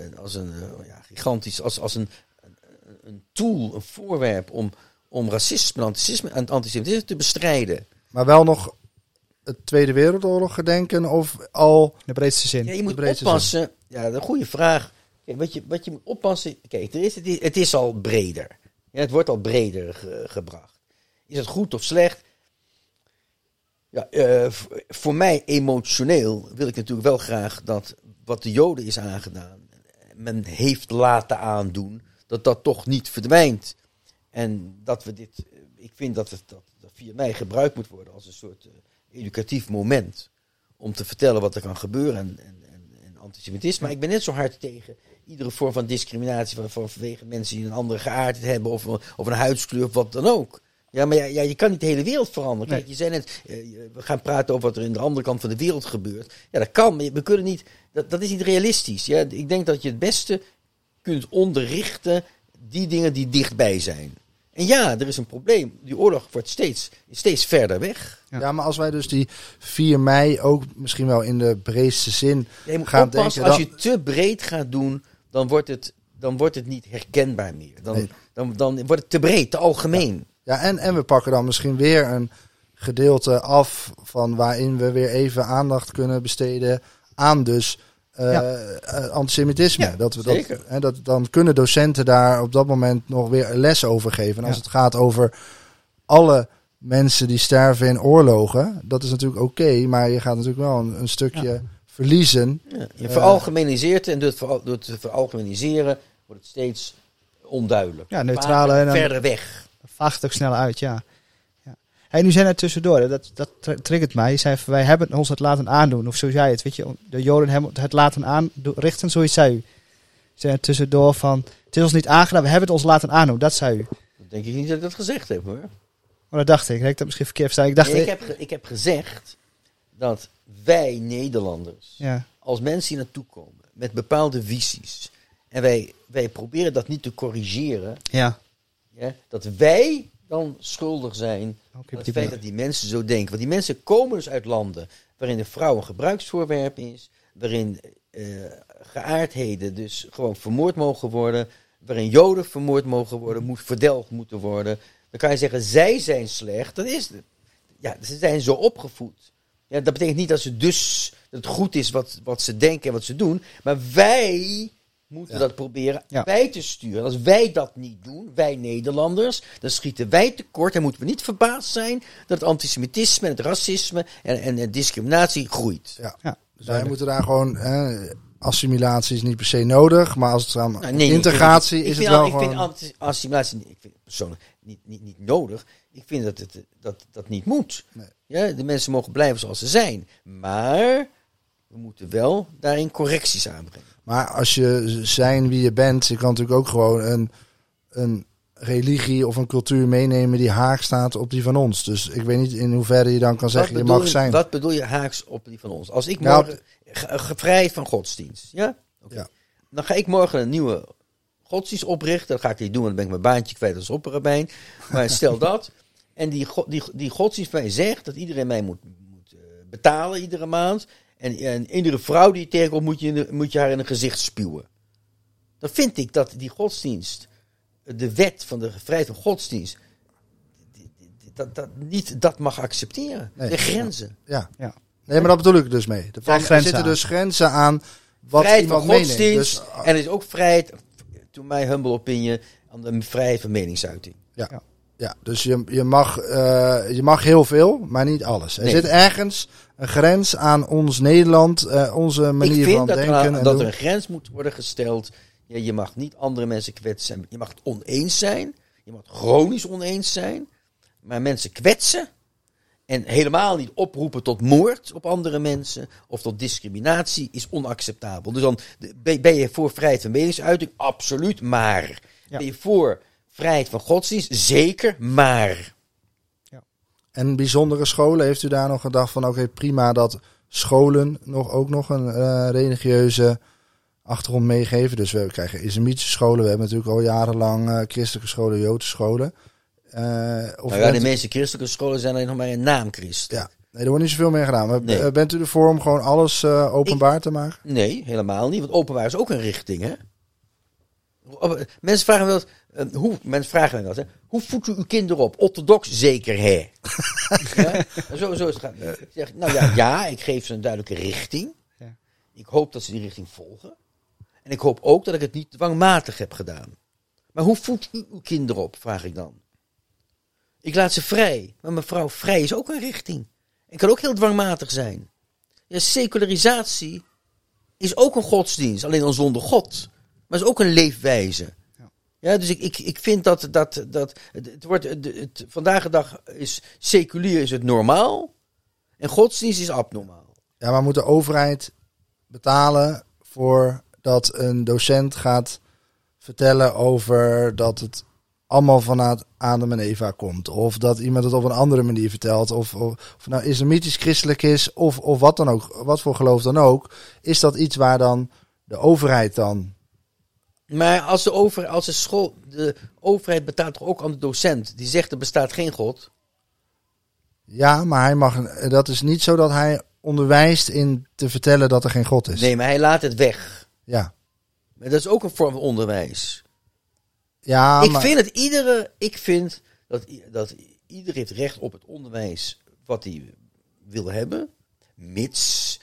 gigantisch, als een tool, een voorwerp om racisme en antisemitisme te bestrijden. Maar wel nog het Tweede Wereldoorlog gedenken of al... In de breedste zin. Ja, je moet breedste oppassen. Ja, een goede vraag. Kijk, wat je moet oppassen. Kijk, het is al breder. Ja, het wordt al breder gebracht. Is het goed of slecht? Ja, voor mij emotioneel wil ik natuurlijk wel graag dat wat de Joden is aangedaan, men heeft laten aandoen, dat toch niet verdwijnt. En dat we dit, ik vind dat 4 mei gebruikt moet worden als een soort educatief moment om te vertellen wat er kan gebeuren en antisemitisme. Maar ik ben net zo hard tegen iedere vorm van discriminatie vanwege mensen die een andere geaardheid hebben of een huidskleur of wat dan ook. Ja, maar je kan niet de hele wereld veranderen. Kijk, je zei net, we gaan praten over wat er in de andere kant van de wereld gebeurt. Ja, dat kan, maar we kunnen niet, dat is niet realistisch. Ja? Ik denk dat je het beste kunt onderrichten die dingen die dichtbij zijn. En ja, er is een probleem. Die oorlog wordt steeds verder weg. Ja, maar als wij dus die 4 mei ook misschien wel in de breedste zin Je moet gaan oppassen, denken... als je te breed gaat doen, dan wordt het niet herkenbaar meer. Dan wordt het te breed, te algemeen. Ja, en we pakken dan misschien weer een gedeelte af van waarin we weer even aandacht kunnen besteden aan dus antisemitisme. Ja, zeker. Dan kunnen docenten daar op dat moment nog weer een les over geven. En als het gaat over alle mensen die sterven in oorlogen, dat is natuurlijk oké, maar je gaat natuurlijk wel een stukje verliezen. Ja, je veralgemeniseert en door het te veralgemeniseren wordt het steeds onduidelijk. Ja, neutrale en dan verder weg. vaagt het ook sneller uit, ja. Hey, nu zijn er tussendoor, dat triggert mij. Je zei van, wij hebben ons het laten aandoen, of zo zei je het, weet je. De Joden hebben het laten aanrichten, zoiets zei u. Zijn er tussendoor van, het is ons niet aangedaan, we hebben het ons laten aandoen, dat zei u. Dat denk ik niet dat ik dat gezegd heb, hoor. Maar dat dacht ik, heb ik dat misschien verkeerd verstaan. Ik heb gezegd dat wij Nederlanders, als mensen hier naartoe komen met bepaalde visies, en wij proberen dat niet te corrigeren, dat wij dan schuldig zijn aan het feit dat die mensen zo denken. Want die mensen komen dus uit landen waarin de vrouw een gebruiksvoorwerp is, waarin geaardheden dus gewoon vermoord mogen worden, waarin Joden vermoord mogen worden, verdelgd moeten worden. Dan kan je zeggen, zij zijn slecht. Dat is het. Ja, ze zijn zo opgevoed. Ja, dat betekent niet dat het goed is wat ze denken en wat ze doen. Maar wij moeten dat proberen bij te sturen. Als wij dat niet doen, wij Nederlanders, dan schieten wij tekort. En moeten we niet verbaasd zijn dat het antisemitisme en het racisme en discriminatie groeit. Ja. Dus wij moeten daar gewoon... assimilatie is niet per se nodig, maar als het aan integratie is het wel gewoon... Ik vind assimilatie persoonlijk niet nodig. Ik vind dat niet moet. Nee. Ja, de mensen mogen blijven zoals ze zijn. Maar we moeten wel daarin correcties aanbrengen. Maar als je zijn wie je bent, je kan natuurlijk ook gewoon een religie of een cultuur meenemen die haaks staat op die van ons. Dus ik weet niet in hoeverre je dan kan zeggen, je mag zijn. Wat bedoel je haaks op die van ons? Als ik morgen vrijheid van godsdienst, ja? Okay. Ja? Dan ga ik morgen een nieuwe godsdienst oprichten. Dat ga ik niet doen, want dan ben ik mijn baantje kwijt als opperrabijn. Maar stel dat. En die godsdienst van mij zegt dat iedereen mij moet betalen iedere maand. En iedere vrouw die je tegenkomt moet je haar in een gezicht spuwen. Dan vind ik dat die godsdienst, de wet van de vrijheid van godsdienst, dat mag accepteren. Nee, de grenzen. Ja. Nee, maar dat bedoel ik dus mee. Er zitten dus grenzen aan wat vrijheid van iemand godsdienst. meeneemt. Dus, En er is ook vrijheid, to my humble opinion, aan de vrijheid van meningsuiting. ja, dus je mag heel veel, maar niet alles. Er Nee. zit ergens een grens aan ons Nederland, onze manier Ik van vind denken. en dat doen. er een grens moet worden gesteld. Ja, je mag niet andere mensen kwetsen. Je mag het oneens zijn. Je mag het chronisch oneens zijn. Maar mensen kwetsen. En helemaal niet oproepen tot moord op andere mensen. Of tot discriminatie is onacceptabel. Dus dan ben je voor vrijheid van meningsuiting? Absoluut, maar. Ja. Ben je voor vrijheid van godsdienst? Zeker, maar. En bijzondere scholen, heeft u daar nog gedacht van oké, prima dat scholen ook nog een religieuze achtergrond meegeven. Dus we krijgen islamitische scholen, we hebben natuurlijk al jarenlang christelijke scholen, joodse scholen. De meeste christelijke scholen zijn alleen nog maar een naamchrist. Ja, nee, er wordt niet zoveel meer gedaan. Maar Nee. bent u ervoor om gewoon alles openbaar te maken? Nee, helemaal niet. Want openbaar is ook een richting, hè? Mensen vragen me wel eens, hè? Hoe voedt u uw kinderen op? Orthodox zeker, hè? Ja? Zo is het gaan. Ik zeg, nou ja, ik geef ze een duidelijke richting. Ja. Ik hoop dat ze die richting volgen. En ik hoop ook dat ik het niet dwangmatig heb gedaan. Maar hoe voedt u uw kinderen op, vraag ik dan. Ik laat ze vrij. Maar mevrouw, vrij is ook een richting. En kan ook heel dwangmatig zijn. Ja, secularisatie is ook een godsdienst, alleen dan zonder God. Maar is ook een leefwijze. Ja, dus ik vind dat het wordt, vandaag de dag is seculier is het normaal en godsdienst is abnormaal. Ja, maar moet de overheid betalen voor dat een docent gaat vertellen over dat het allemaal vanuit Adam en Eva komt? Of dat iemand het op een andere manier vertelt? Of het nou islamitisch christelijk is of wat dan ook, wat voor geloof dan ook. Is dat iets waar dan de overheid dan... Maar als de overheid betaalt toch ook aan de docent die zegt er bestaat geen God? Ja, maar hij mag. Dat is niet zo dat hij onderwijst in te vertellen dat er geen God is. Nee, maar hij laat het weg. Ja. Maar dat is ook een vorm van onderwijs. Ja, Ik maar... vind dat ieder heeft recht op het onderwijs wat hij wil hebben. Mits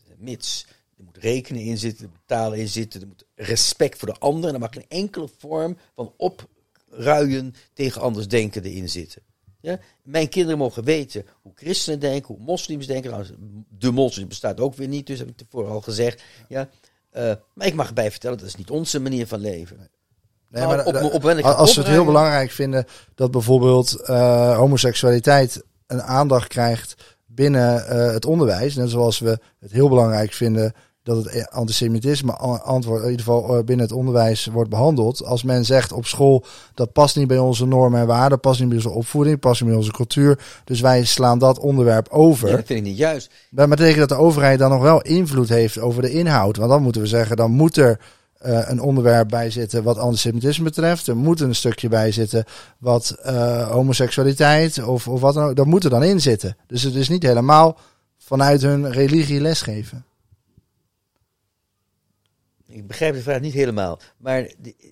er moet rekenen in zitten, er moet talen in zitten, er moet respect voor de ander. En er mag geen enkele vorm van opruien tegen andersdenkenden in zitten. Ja? Mijn kinderen mogen weten hoe christenen denken, hoe moslims denken. Nou, de moslim bestaat ook weer niet, dus heb ik tevoren al gezegd. Ja? Maar ik mag erbij vertellen, dat is niet onze manier van leven. Nee, maar Als ze het heel belangrijk vinden dat bijvoorbeeld homoseksualiteit een aandacht krijgt binnen het onderwijs. Net zoals we het heel belangrijk vinden dat het antisemitisme in ieder geval binnen het onderwijs wordt behandeld. Als men zegt op school dat past niet bij onze normen en waarden, past niet bij onze opvoeding, past niet bij onze cultuur. Dus wij slaan dat onderwerp over. Ja, dat vind ik niet juist. Maar dat betekent dat de overheid dan nog wel invloed heeft over de inhoud. Want dan moeten we zeggen, dan moet er een onderwerp bij zitten wat antisemitisme betreft. Er moet een stukje bij zitten wat homoseksualiteit of wat dan ook. Dat moet er dan in zitten. Dus het is niet helemaal vanuit hun religie lesgeven. Ik begrijp de vraag niet helemaal. Maar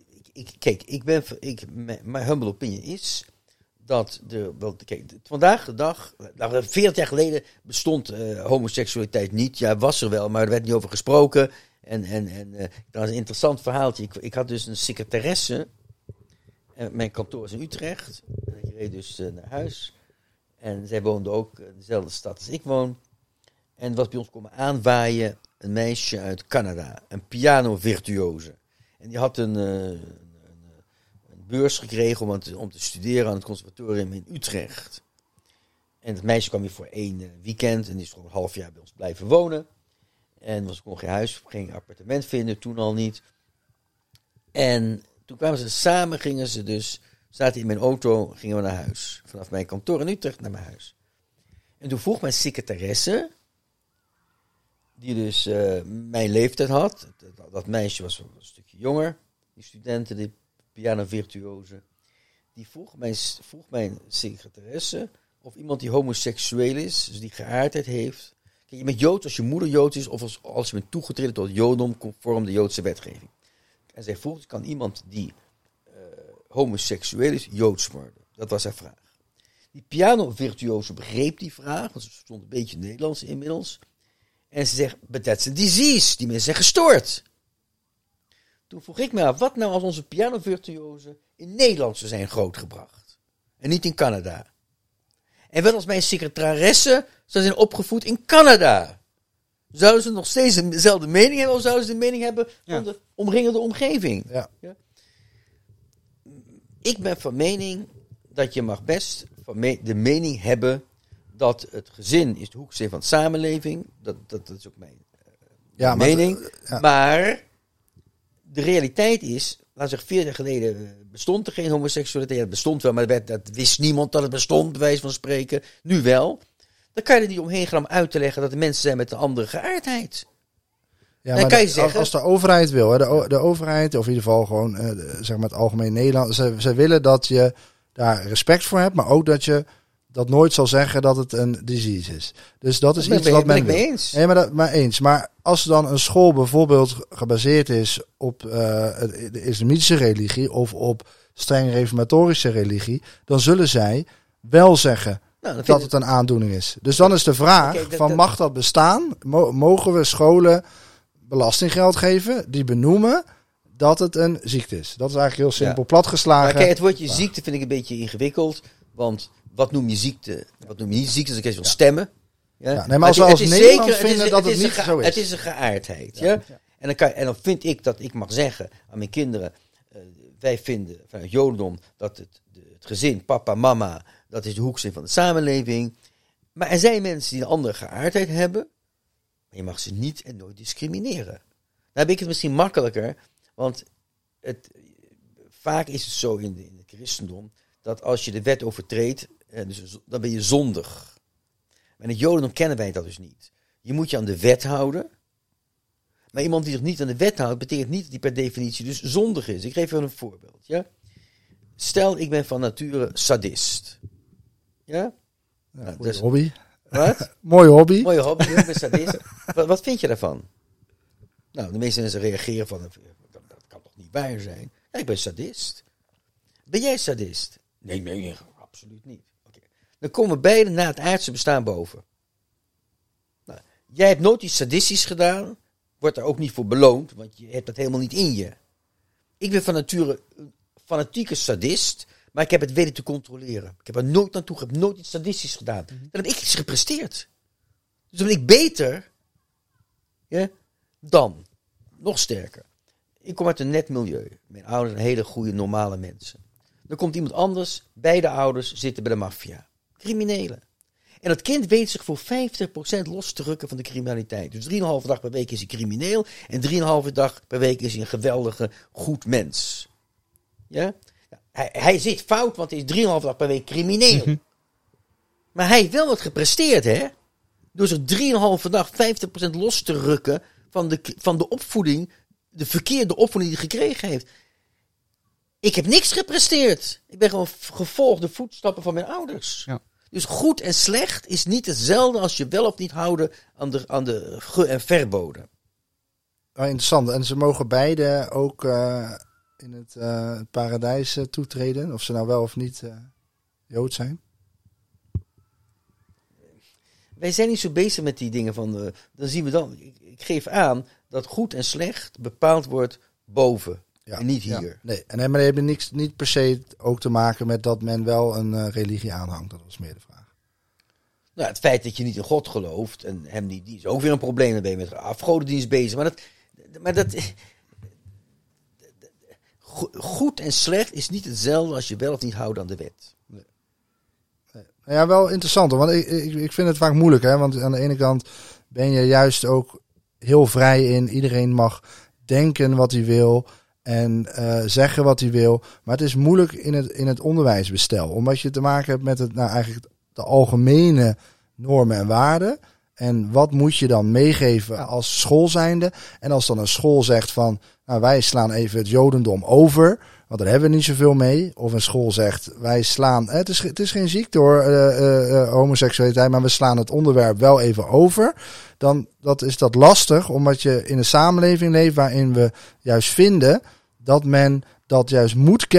mijn humble opinion is dat vandaag de dag, 40 jaar geleden bestond homoseksualiteit niet. Ja, was er wel, maar er werd niet over gesproken. En dat is een interessant verhaaltje. Ik had dus een secretaresse. Mijn kantoor is in Utrecht. En ik reed dus naar huis. En zij woonde ook in dezelfde stad als ik woon. En was bij ons komen aanwaaien een meisje uit Canada. Een piano-virtuose. En die had een beurs gekregen om te studeren aan het conservatorium in Utrecht. En het meisje kwam hier voor 1 weekend. En die is gewoon een half jaar bij ons blijven wonen. En kon geen huis, geen appartement vinden, toen al niet. En toen kwamen ze samen, zaten in mijn auto, gingen we naar huis. Vanaf mijn kantoor in Utrecht naar mijn huis. En toen vroeg mijn secretaresse, die dus mijn leeftijd had, dat meisje was een stukje jonger, die studenten, die piano-virtuose, die vroeg mijn secretaresse of iemand die homoseksueel is, dus die geaardheid heeft. Kijk, je bent Joods als je moeder Joods is of als je bent toegetreden tot het Jodendom conform de Joodse wetgeving. En zij vroeg, kan iemand die homoseksueel is Joods worden? Dat was haar vraag. Die piano-virtuose begreep die vraag, want ze stond een beetje Nederlands inmiddels. En ze zeggen, but that's a disease. Die mensen zijn gestoord. Toen vroeg ik me af, wat nou als onze pianovirtuozen in Nederland zou zijn grootgebracht? En niet in Canada. En wat als mijn secretaresse zou zijn opgevoed in Canada? Zouden ze nog steeds dezelfde mening hebben, of zouden ze de mening hebben van de omringende omgeving? Ja. Ja? Ik ben van mening dat je mag best de mening hebben dat het gezin is de hoeksteen van de samenleving. Dat is ook mijn mening. Maar de realiteit is, laten we zeggen, 40 jaar geleden bestond er geen homoseksualiteit. Het bestond wel, maar dat wist niemand dat het bestond, bij wijze van spreken. Nu wel. Dan kan je er niet omheen gaan om uit te leggen dat er mensen zijn met een andere geaardheid. Ja, maar kan je zeggen, als de overheid wil, de overheid, of in ieder geval gewoon zeg maar het algemeen Nederland, ze willen dat je daar respect voor hebt, maar ook dat je dat nooit zal zeggen dat het een disease is. Dus dat is iets wat men wil. Eens. Nee, maar eens. Maar als dan een school bijvoorbeeld gebaseerd is op de islamitische religie of op streng reformatorische religie, dan zullen zij wel zeggen dat het een aandoening is. Dus dan is de vraag mag dat bestaan? Mogen we scholen belastinggeld geven die benoemen dat het een ziekte is? Dat is eigenlijk heel simpel platgeslagen. Maar kijk, het woordje ziekte vind ik een beetje ingewikkeld, want wat noem je ziekte? Wat noem je niet ziekte? Dat is een kwestie van stemmen. Ja? Nee, maar als we als Nederland vinden dat het niet zo is. Het is een geaardheid. Ja? En dan vind ik dat ik mag zeggen aan mijn kinderen, wij vinden vanuit Jodendom dat het gezin, papa, mama, dat is de hoeksteen van de samenleving. Maar er zijn mensen die een andere geaardheid hebben, maar je mag ze niet en nooit discrimineren. Dan heb ik het misschien makkelijker, want vaak is het zo in het christendom, dat als je de wet overtreedt, dan ben je zondig. Maar in het Jodendom kennen wij dat dus niet. Je moet je aan de wet houden. Maar iemand die zich niet aan de wet houdt, betekent niet dat hij per definitie dus zondig is. Ik geef je een voorbeeld. Ja? Stel, ik ben van nature sadist. Ja? Goeie hobby. Wat? Mooie hobby. Mooie hobby, ik ben sadist. Wat vind je daarvan? Nou, de meeste mensen reageren van, dat kan toch niet waar zijn? Ja, ik ben sadist. Ben jij sadist? Nee, absoluut niet. Okay. Dan komen we beiden na het aardse bestaan boven. Nou, jij hebt nooit iets sadistisch gedaan, wordt er ook niet voor beloond, want je hebt dat helemaal niet in je. Ik ben van nature een fanatieke sadist, maar ik heb het weten te controleren. Ik heb er nooit naartoe, ik heb nooit iets sadistisch gedaan. Dan heb ik iets gepresteerd. Dus dan ben ik beter dan. Nog sterker. Ik kom uit een net milieu. Mijn ouders zijn hele goede, normale mensen. Dan komt iemand anders, beide ouders zitten bij de maffia. Criminelen. En dat kind weet zich voor 50% los te rukken van de criminaliteit. Dus 3,5 dag per week is hij crimineel. En 3,5 dag per week is hij een geweldige, goed mens. Ja? Hij zit fout, want hij is 3,5 dag per week crimineel. Mm-hmm. Maar hij heeft wel wat gepresteerd, hè? Door zich 3,5 dag 50% los te rukken van de opvoeding, de verkeerde opvoeding die hij gekregen heeft. Ik heb niks gepresteerd. Ik ben gewoon gevolgd de voetstappen van mijn ouders. Ja. Dus goed en slecht is niet hetzelfde als je wel of niet houden aan de ge- en verboden. Oh, interessant. En ze mogen beide ook in het paradijs toetreden. Of ze nou wel of niet Jood zijn. Wij zijn niet zo bezig met die dingen van... dan zien we dan... Ik geef aan dat goed en slecht bepaald wordt boven. Ja, en niet hier. Ja, nee, maar dat heeft niet per se ook te maken met dat men wel een religie aanhangt. Dat was meer de vraag. Nou, het feit dat je niet in God gelooft en hem niet, die is ook weer een probleem. Dan ben je met afgodendienst bezig. Maar dat goed en slecht is niet hetzelfde als je wel of niet houdt aan de wet. Nee. Ja, wel interessant. Want ik vind het vaak moeilijk. Hè? Want aan de ene kant ben je juist ook heel vrij in. Iedereen mag denken wat hij wil. En zeggen wat hij wil. Maar het is moeilijk in het onderwijsbestel. Omdat je te maken hebt met eigenlijk de algemene normen en waarden. En wat moet je dan meegeven als school zijnde? En als dan een school zegt van... Nou, wij slaan even het Jodendom over. Want daar hebben we niet zoveel mee. Of een school zegt, wij slaan... Het is geen ziekte hoor, homoseksualiteit. Maar we slaan het onderwerp wel even over. Dan is dat lastig. Omdat je in een samenleving leeft waarin we juist vinden... dat men dat juist moet kennen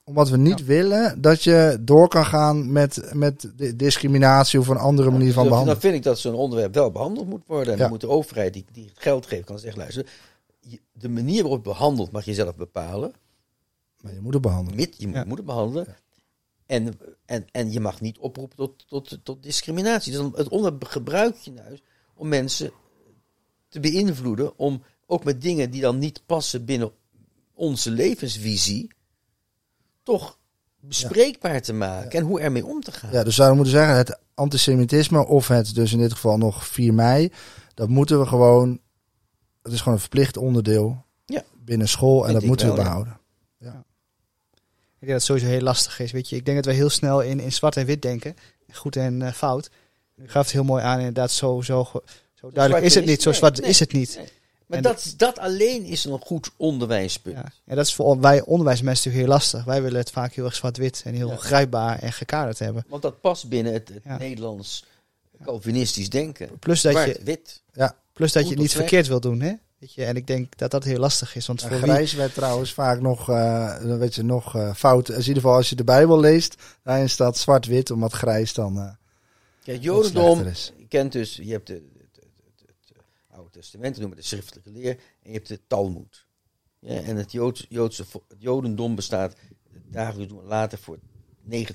omdat we niet willen dat je door kan gaan met discriminatie of een andere manier van behandelen. Dan vind ik dat zo'n onderwerp wel behandeld moet worden. En dan moet de overheid die het geld geeft, kan zeggen, luister, de manier waarop het behandelt mag je zelf bepalen. Maar je moet het behandelen. Je moet het behandelen. Ja. En je mag niet oproepen tot discriminatie. Dus het onderwerp gebruik je nou om mensen te beïnvloeden, om ook met dingen die dan niet passen binnen onze levensvisie, toch bespreekbaar te maken en hoe ermee om te gaan. Ja, dus zouden we moeten zeggen, het antisemitisme of het dus in dit geval nog 4 mei, dat moeten we gewoon, het is gewoon een verplicht onderdeel binnen school en dat moeten we behouden. Ja. Ik denk dat het sowieso heel lastig is. Weet je, ik denk dat we heel snel in zwart en wit denken. Goed en fout. U gaf het heel mooi aan, inderdaad, zo duidelijk is het niet. Zo zwart is het niet. Nee. Maar dat alleen is een goed onderwijspunt. Ja, en dat is voor wij onderwijsmensen natuurlijk heel lastig. Wij willen het vaak heel erg zwart-wit en heel grijpbaar en gekaderd hebben. Want dat past binnen het Nederlands Calvinistisch denken. Plus dat zwart-wit. Ja. Plus dat je het niet verkeerd wil doen, hè? Weet je, en ik denk dat dat heel lastig is. Want voor grijs werd trouwens vaak nog fout. In ieder geval als je de Bijbel leest, daarin staat zwart-wit, omdat grijs dan het Jodendom kent dus, je hebt het Oude Testament, noemen we de schriftelijke leer, en je hebt de Talmud. Ja, en het Jodendom bestaat dagelijks later voor 90%, 80%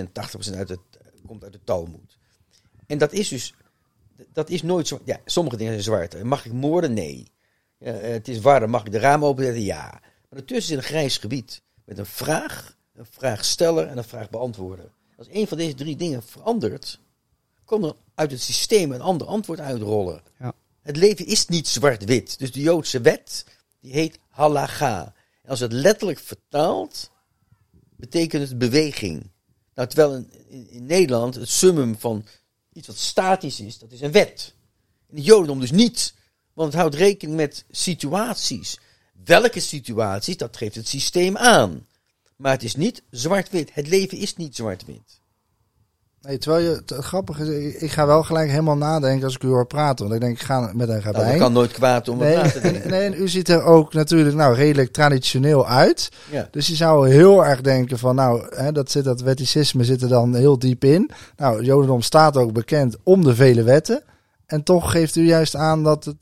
komt uit de Talmud. En dat is nooit zwart. Ja, sommige dingen zijn zwart. Mag ik moorden? Nee. Ja, het is warm. Mag ik de ramen openzetten? Ja. Maar ertussen zit een grijs gebied. Met een vraagsteller en een vraagbeantwoorder. Als een van deze 3 dingen verandert, komt er uit het systeem een ander antwoord uitrollen. Ja. Het leven is niet zwart-wit. Dus de Joodse wet, die heet halacha. En als het letterlijk vertaalt, betekent het beweging. Nou, terwijl in Nederland het summum van iets wat statisch is, dat is een wet. In het Jodendom dus niet. Want het houdt rekening met situaties. Welke situaties, dat geeft het systeem aan. Maar het is niet zwart-wit. Het leven is niet zwart-wit. Nee, terwijl het grappig is, ik ga wel gelijk helemaal nadenken als ik u hoor praten. Want ik denk, ik ga met een rabbijn. Dat kan nooit kwaad om na te denken. Nee, en u ziet er ook natuurlijk redelijk traditioneel uit. Ja. Dus je zou heel erg denken van, dat wetticisme zit er dan heel diep in. Nou, het Jodendom staat ook bekend om de vele wetten. En toch geeft u juist aan dat het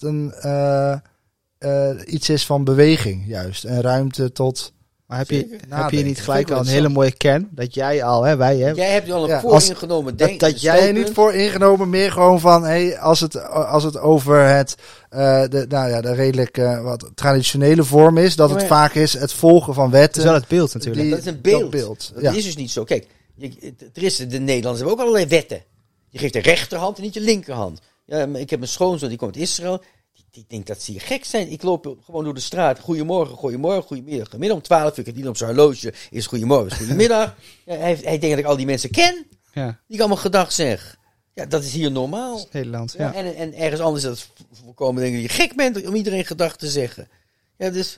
iets is van beweging, juist. En ruimte tot... Maar heb je niet gelijk al een hele mooie kern? Dat jij al, wij... Jij hebt al een vooringenomen denk. Dat jij niet vooringenomen, meer gewoon van... als het over de redelijk wat traditionele vorm is... dat het vaak is het volgen van wetten. Dat is wel het beeld natuurlijk. Dat is een beeld. Dat is dus niet zo. Kijk, de Nederlanders hebben ook allerlei wetten. Je geeft de rechterhand en niet je linkerhand. Ja, ik heb een schoonzoon, die komt uit Israël... Ik denk dat ze hier gek zijn. Ik loop gewoon door de straat. Goedemorgen, goedemiddag. Middag om 12 uur. Ik heb niet op zijn horloge. Is goedemorgen, is goedemiddag. Ja, hij denkt dat ik al die mensen ken. Ja. Die ik allemaal gedag zeg. Ja, dat is hier normaal. Nederland, ja. En ergens anders is het voorkomen denk ik dat je gek bent om iedereen gedag te zeggen. Ja, dus...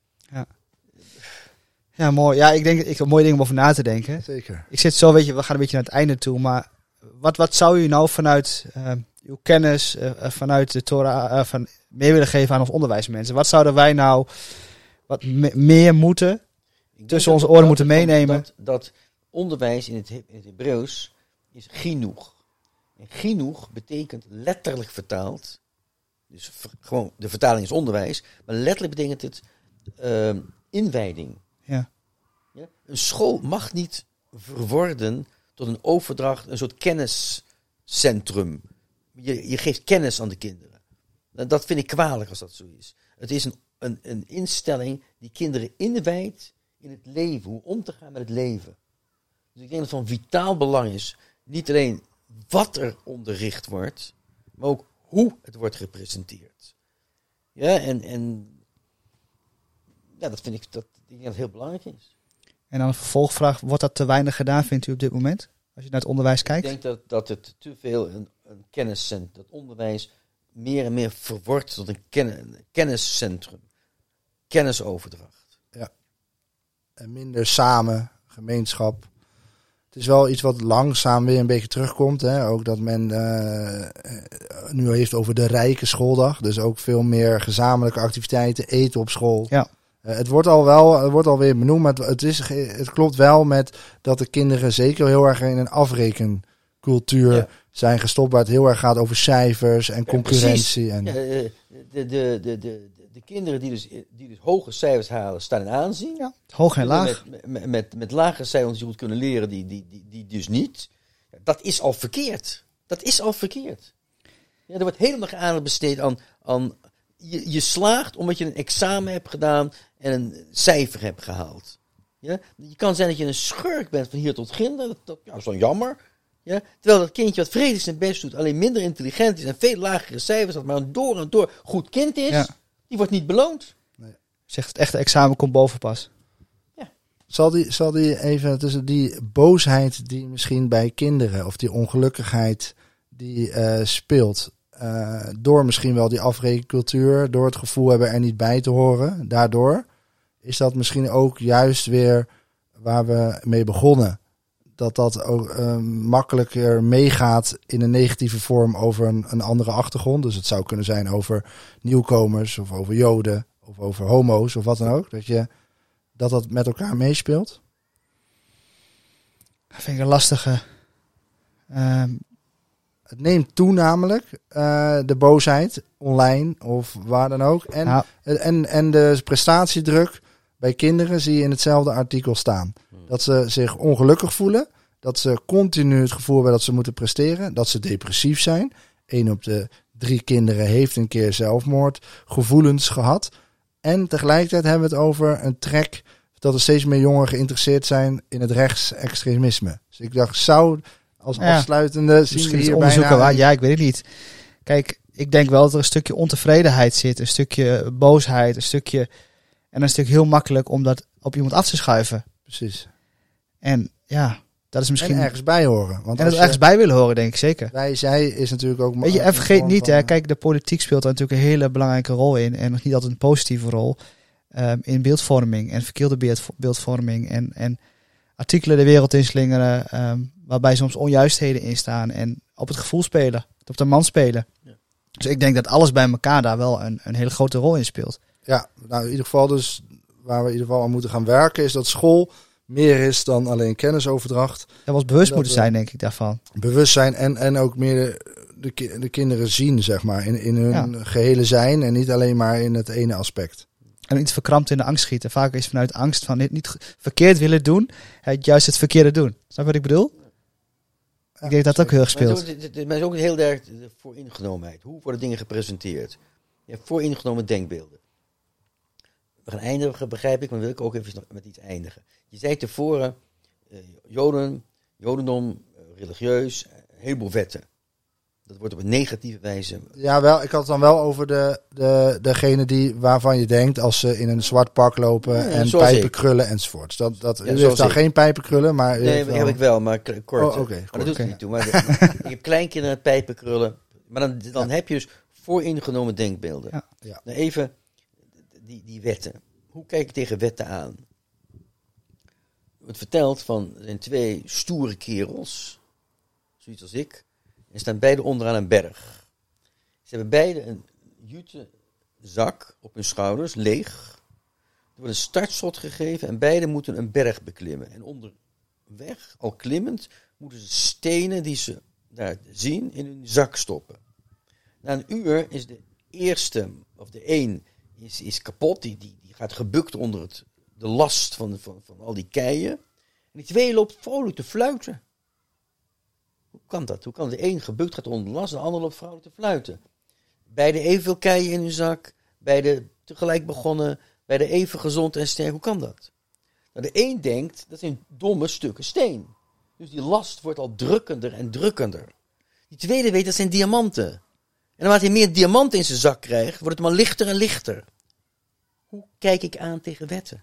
Ja, mooi. Ja, ik denk ik heb mooie dingen om over na te denken. Zeker. Ik zit zo, weet je, we gaan een beetje naar het einde toe. Maar wat zou u nou vanuit uw kennis, vanuit de Torah, van meer willen geven aan ons onderwijsmensen? Wat zouden wij nou wat meer moeten tussen onze oren moeten meenemen? Dat onderwijs in het Hebreeuws is chinuch. En chinuch betekent letterlijk vertaald, dus gewoon de vertaling is onderwijs, maar letterlijk betekent het inwijding. Ja. Ja? Een school mag niet verworden tot een overdracht, een soort kenniscentrum. Je geeft kennis aan de kinderen. Dat vind ik kwalijk als dat zo is. Het is een instelling die kinderen inwijdt in het leven. Hoe om te gaan met het leven. Dus ik denk dat het van vitaal belang is. Niet alleen wat er onderricht wordt. Maar ook hoe het wordt gepresenteerd. Ja, en dat vind ik dat het heel belangrijk is. En dan een vervolgvraag. Wordt dat te weinig gedaan, vindt u op dit moment? Als je naar het onderwijs kijkt? Ik denk dat het te veel een kenniscentrum, dat onderwijs meer en meer verwordt tot een kenniscentrum. Kennisoverdracht. Ja. En minder samen, gemeenschap. Het is wel iets wat langzaam weer een beetje terugkomt. Hè? Ook dat men nu heeft over de rijke schooldag. Dus ook veel meer gezamenlijke activiteiten, eten op school. Ja. Het wordt alweer benoemd, maar het klopt wel met dat de kinderen zeker heel erg in een afrekencultuur zijn gestopt, waar het heel erg gaat over cijfers en concurrentie. En De kinderen die dus hoge cijfers halen, staan in aanzien. Ja, hoog en laag. Met lage cijfers die goed kunnen leren, die dus niet. Dat is al verkeerd. Ja, er wordt helemaal geen aandacht besteed aan je slaagt omdat je een examen hebt gedaan en een cijfer hebt gehaald. Ja? Je kan zijn dat je een schurk bent van hier tot ginder. Dat is dan jammer. Ja? Terwijl dat kindje wat vredelijk zijn best doet, alleen minder intelligent is en veel lagere cijfers had, maar een door en door goed kind is, die wordt niet beloond. Nee. Zegt het echte examen komt boven pas. Ja. Zal die even tussen die boosheid die misschien bij kinderen of die ongelukkigheid die speelt, door misschien wel die afrekencultuur, door het gevoel hebben er niet bij te horen, daardoor is dat misschien ook juist weer waar we mee begonnen. Dat ook makkelijker meegaat in een negatieve vorm over een andere achtergrond. Dus het zou kunnen zijn over nieuwkomers of over Joden of over homo's of wat dan ook. Dat met elkaar meespeelt. Dat vind ik een lastige. Het neemt toe namelijk, de boosheid, online of waar dan ook. En de prestatiedruk bij kinderen zie je in hetzelfde artikel staan. Dat ze zich ongelukkig voelen. Dat ze continu het gevoel hebben dat ze moeten presteren. Dat ze depressief zijn. 1 op de 3 kinderen heeft een keer zelfmoordgevoelens gehad. En tegelijkertijd hebben we het over een trek dat er steeds meer jongeren geïnteresseerd zijn in het rechtsextremisme. Dus ik dacht, zou als afsluitende zien we hier onderzoeken bijna... Ja, ik weet het niet. Kijk, ik denk wel dat er een stukje ontevredenheid zit. Een stukje boosheid. Een stukje heel makkelijk om dat op iemand af te schuiven. Precies. En ja, dat is misschien... En ergens bij horen. Want en er ergens bij willen horen, denk ik zeker. Zij is natuurlijk ook... Weet je, en vergeet niet, hè, kijk, de politiek speelt daar natuurlijk een hele belangrijke rol in. En nog niet altijd een positieve rol. In beeldvorming en verkeerde beeldvorming. En artikelen de wereld inslingeren. Waarbij soms onjuistheden in staan. En op het gevoel spelen. Op de man spelen. Ja. Dus ik denk dat alles bij elkaar daar wel een hele grote rol in speelt. Ja, nou in ieder geval dus... Waar we in ieder geval aan moeten gaan werken, is dat school meer is dan alleen kennisoverdracht. Dat was bewust moeten zijn, denk ik, daarvan. Bewustzijn en ook meer de kinderen zien, zeg maar, in hun gehele zijn en niet alleen maar in het ene aspect. En niet verkrampt in de angst schieten. Vaak is vanuit angst van niet verkeerd willen doen, juist het verkeerde doen. Snap je wat ik bedoel? Ik denk dat ook heel erg speelt. Maar het is ook heel erg de vooringenomenheid. Hoe worden dingen gepresenteerd? Je hebt vooringenomen denkbeelden. We gaan eindigen, begrijp ik, maar wil ik ook even met iets eindigen. Je zei tevoren, Jodendom, religieus, een heleboel wetten. Dat wordt op een negatieve wijze. Ja, wel. Ik had het dan wel over degene waarvan je denkt als ze in een zwart pak lopen en pijpen krullen enzovoort. U heeft dan geen pijpen krullen, maar... Nee, heb ik wel, maar kort. Oh, okay, maar dat doet er niet toe. Maar ik heb kleinkinderen met pijpen krullen. Maar dan heb je dus vooringenomen denkbeelden. Ja. Nou even die wetten. Hoe kijk ik tegen wetten aan? Het vertelt van er zijn 2 stoere kerels, zoiets als ik, en staan beide onderaan een berg. Ze hebben beide een jute zak op hun schouders, leeg. Er wordt een startschot gegeven en beide moeten een berg beklimmen. En onderweg, al klimmend, moeten ze stenen die ze daar zien in hun zak stoppen. Na een uur is de eerste, of de een, is kapot, die gaat gebukt onder de last van al die keien. En die twee loopt vrolijk te fluiten. Hoe kan dat? Hoe kan de een gebukt gaat onder de last en de ander loopt vrolijk te fluiten? Beide evenveel keien in hun zak, beide tegelijk begonnen, beide even gezond en sterk. Hoe kan dat? Nou, de een denkt, dat zijn domme stukken steen. Dus die last wordt al drukkender en drukkender. Die tweede weet, dat zijn diamanten. En naarmate hij meer diamanten in zijn zak krijgt, wordt het maar lichter en lichter. Hoe kijk ik aan tegen wetten?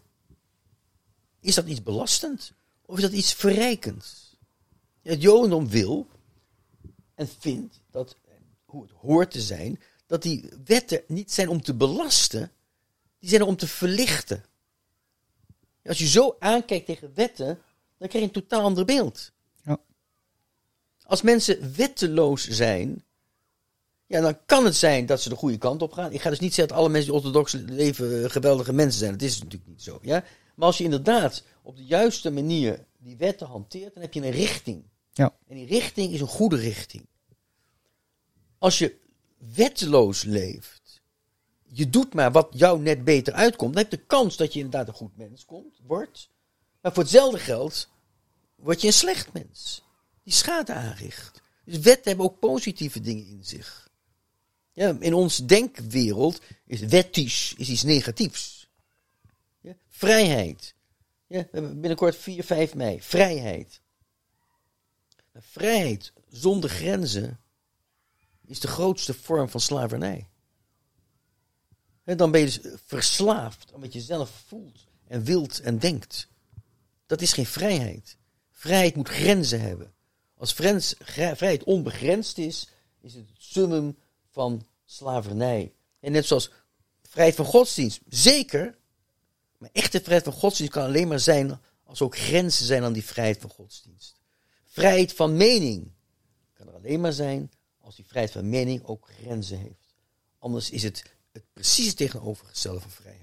Is dat iets belastend? Of is dat iets verrijkends? Het Jodendom wil en vindt dat, hoe het hoort te zijn, dat die wetten niet zijn om te belasten, die zijn er om te verlichten. Als je zo aankijkt tegen wetten, dan krijg je een totaal ander beeld. Ja. Als mensen wetteloos zijn, ja, dan kan het zijn dat ze de goede kant op gaan. Ik ga dus niet zeggen dat alle mensen die orthodox leven geweldige mensen zijn. Dat is natuurlijk niet zo. Ja? Maar als je inderdaad op de juiste manier die wetten hanteert, dan heb je een richting. Ja. En die richting is een goede richting. Als je wetteloos leeft, je doet maar wat jou net beter uitkomt, dan heb je de kans dat je inderdaad een goed mens wordt. Maar voor hetzelfde geld word je een slecht mens. Die schade aanricht. Dus wetten hebben ook positieve dingen in zich. Ja, in onze denkwereld is wettisch iets negatiefs. Ja, vrijheid. Ja, we hebben binnenkort 4, 5 mei. Vrijheid. Maar vrijheid zonder grenzen is de grootste vorm van slavernij. En dan ben je dus verslaafd aan wat je zelf voelt en wilt en denkt. Dat is geen vrijheid. Vrijheid moet grenzen hebben. Als vrijheid onbegrensd is het het summum van slavernij. En net zoals vrijheid van godsdienst, zeker. Maar echte vrijheid van godsdienst kan alleen maar zijn als er ook grenzen zijn aan die vrijheid van godsdienst. Vrijheid van mening kan er alleen maar zijn als die vrijheid van mening ook grenzen heeft. Anders is het precies tegenovergestelde van vrijheid.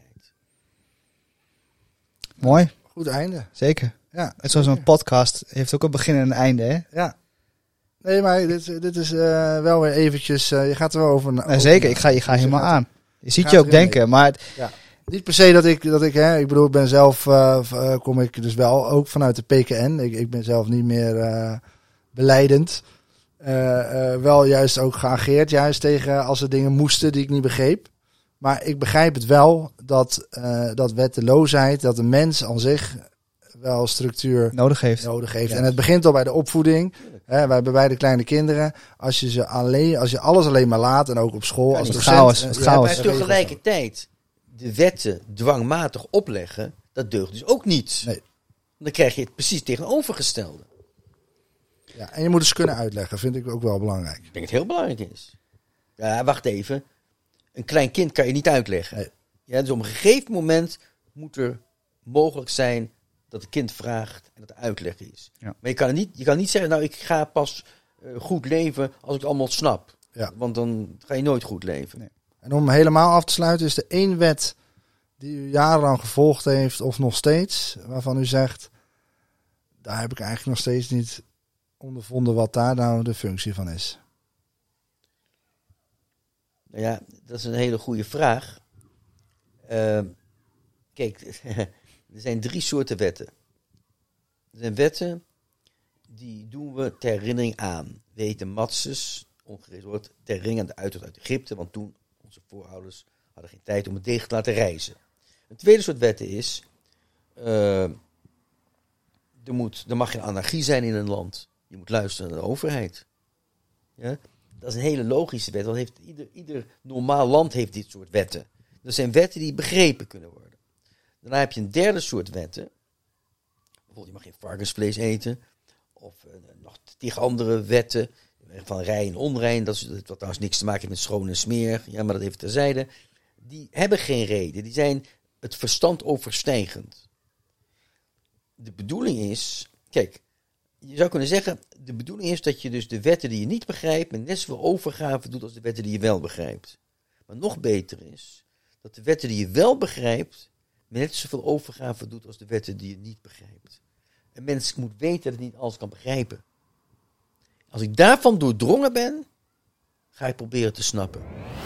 Mooi, Goed einde. zeker. Ja, En zoals een podcast heeft ook een begin en een einde, hè? ja. Nee, maar dit is wel weer eventjes... je gaat er wel over... Nee, zeker, ik ga helemaal aan. Je ziet gaat je ook er wel denken, maar Niet per se dat ik hè, ik bedoel, ik ben zelf, kom ik dus wel ook vanuit de PKN. Ik ben zelf niet meer belijdend. Wel juist ook geageerd, juist tegen als er dingen moesten die ik niet begreep. Maar ik begrijp het wel dat wetteloosheid, dat de mens aan zich wel structuur nodig heeft. heeft. Ja. En het begint al bij de opvoeding. Wij hebben beide kleine kinderen. Als je alles alleen maar laat, en ook op school, als het docent, chaos, je het hebt chaos. Maar de regels. tegelijkertijd de wetten dwangmatig opleggen, dat deugt dus ook niet. Nee. Dan krijg je het precies tegenovergestelde. Ja, en je moet het kunnen uitleggen, vind ik ook wel belangrijk. Ik denk het heel belangrijk is. Ja, wacht even. Een klein kind kan je niet uitleggen. Nee. Ja, dus op een gegeven moment moet er mogelijk zijn dat het kind vraagt en dat er uitleg is. Ja. Maar je kan niet zeggen, nou ik ga pas goed leven als ik het allemaal snap. Ja. Want dan ga je nooit goed leven. Nee. En om helemaal af te sluiten, is er één wet die u jarenlang gevolgd heeft, of nog steeds, waarvan u zegt, daar heb ik eigenlijk nog steeds niet ondervonden wat daar nou de functie van is. Nou ja, dat is een hele goede vraag. Kijk, er zijn 3 soorten wetten. Er zijn wetten die doen we ter herinnering aan. We heten Matses, ongerezen woord, ter herinnering aan de uittocht uit Egypte, want toen onze voorouders hadden geen tijd om het deeg te laten reizen. Een tweede soort wetten is, er mag geen anarchie zijn in een land. Je moet luisteren naar de overheid. Ja? Dat is een hele logische wet, want heeft ieder normaal land heeft dit soort wetten. Dat zijn wetten die begrepen kunnen worden. Daarna heb je een derde soort wetten. Bijvoorbeeld, je mag geen varkensvlees eten. Of nog 10 andere wetten. Van rij en onrein. Dat wat trouwens niks te maken heeft met schoon en smerig. Ja, maar dat even terzijde. Die hebben geen reden. Die zijn het verstand overstijgend. De bedoeling is... Kijk, je zou kunnen zeggen... De bedoeling is dat je dus de wetten die je niet begrijpt... met net zoveel overgave doet als de wetten die je wel begrijpt. Maar nog beter is... dat de wetten die je wel begrijpt... met net zoveel overgave doet als de wetten die je niet begrijpt. Een mens moet weten dat het niet alles kan begrijpen. Als ik daarvan doordrongen ben... ga ik proberen te snappen.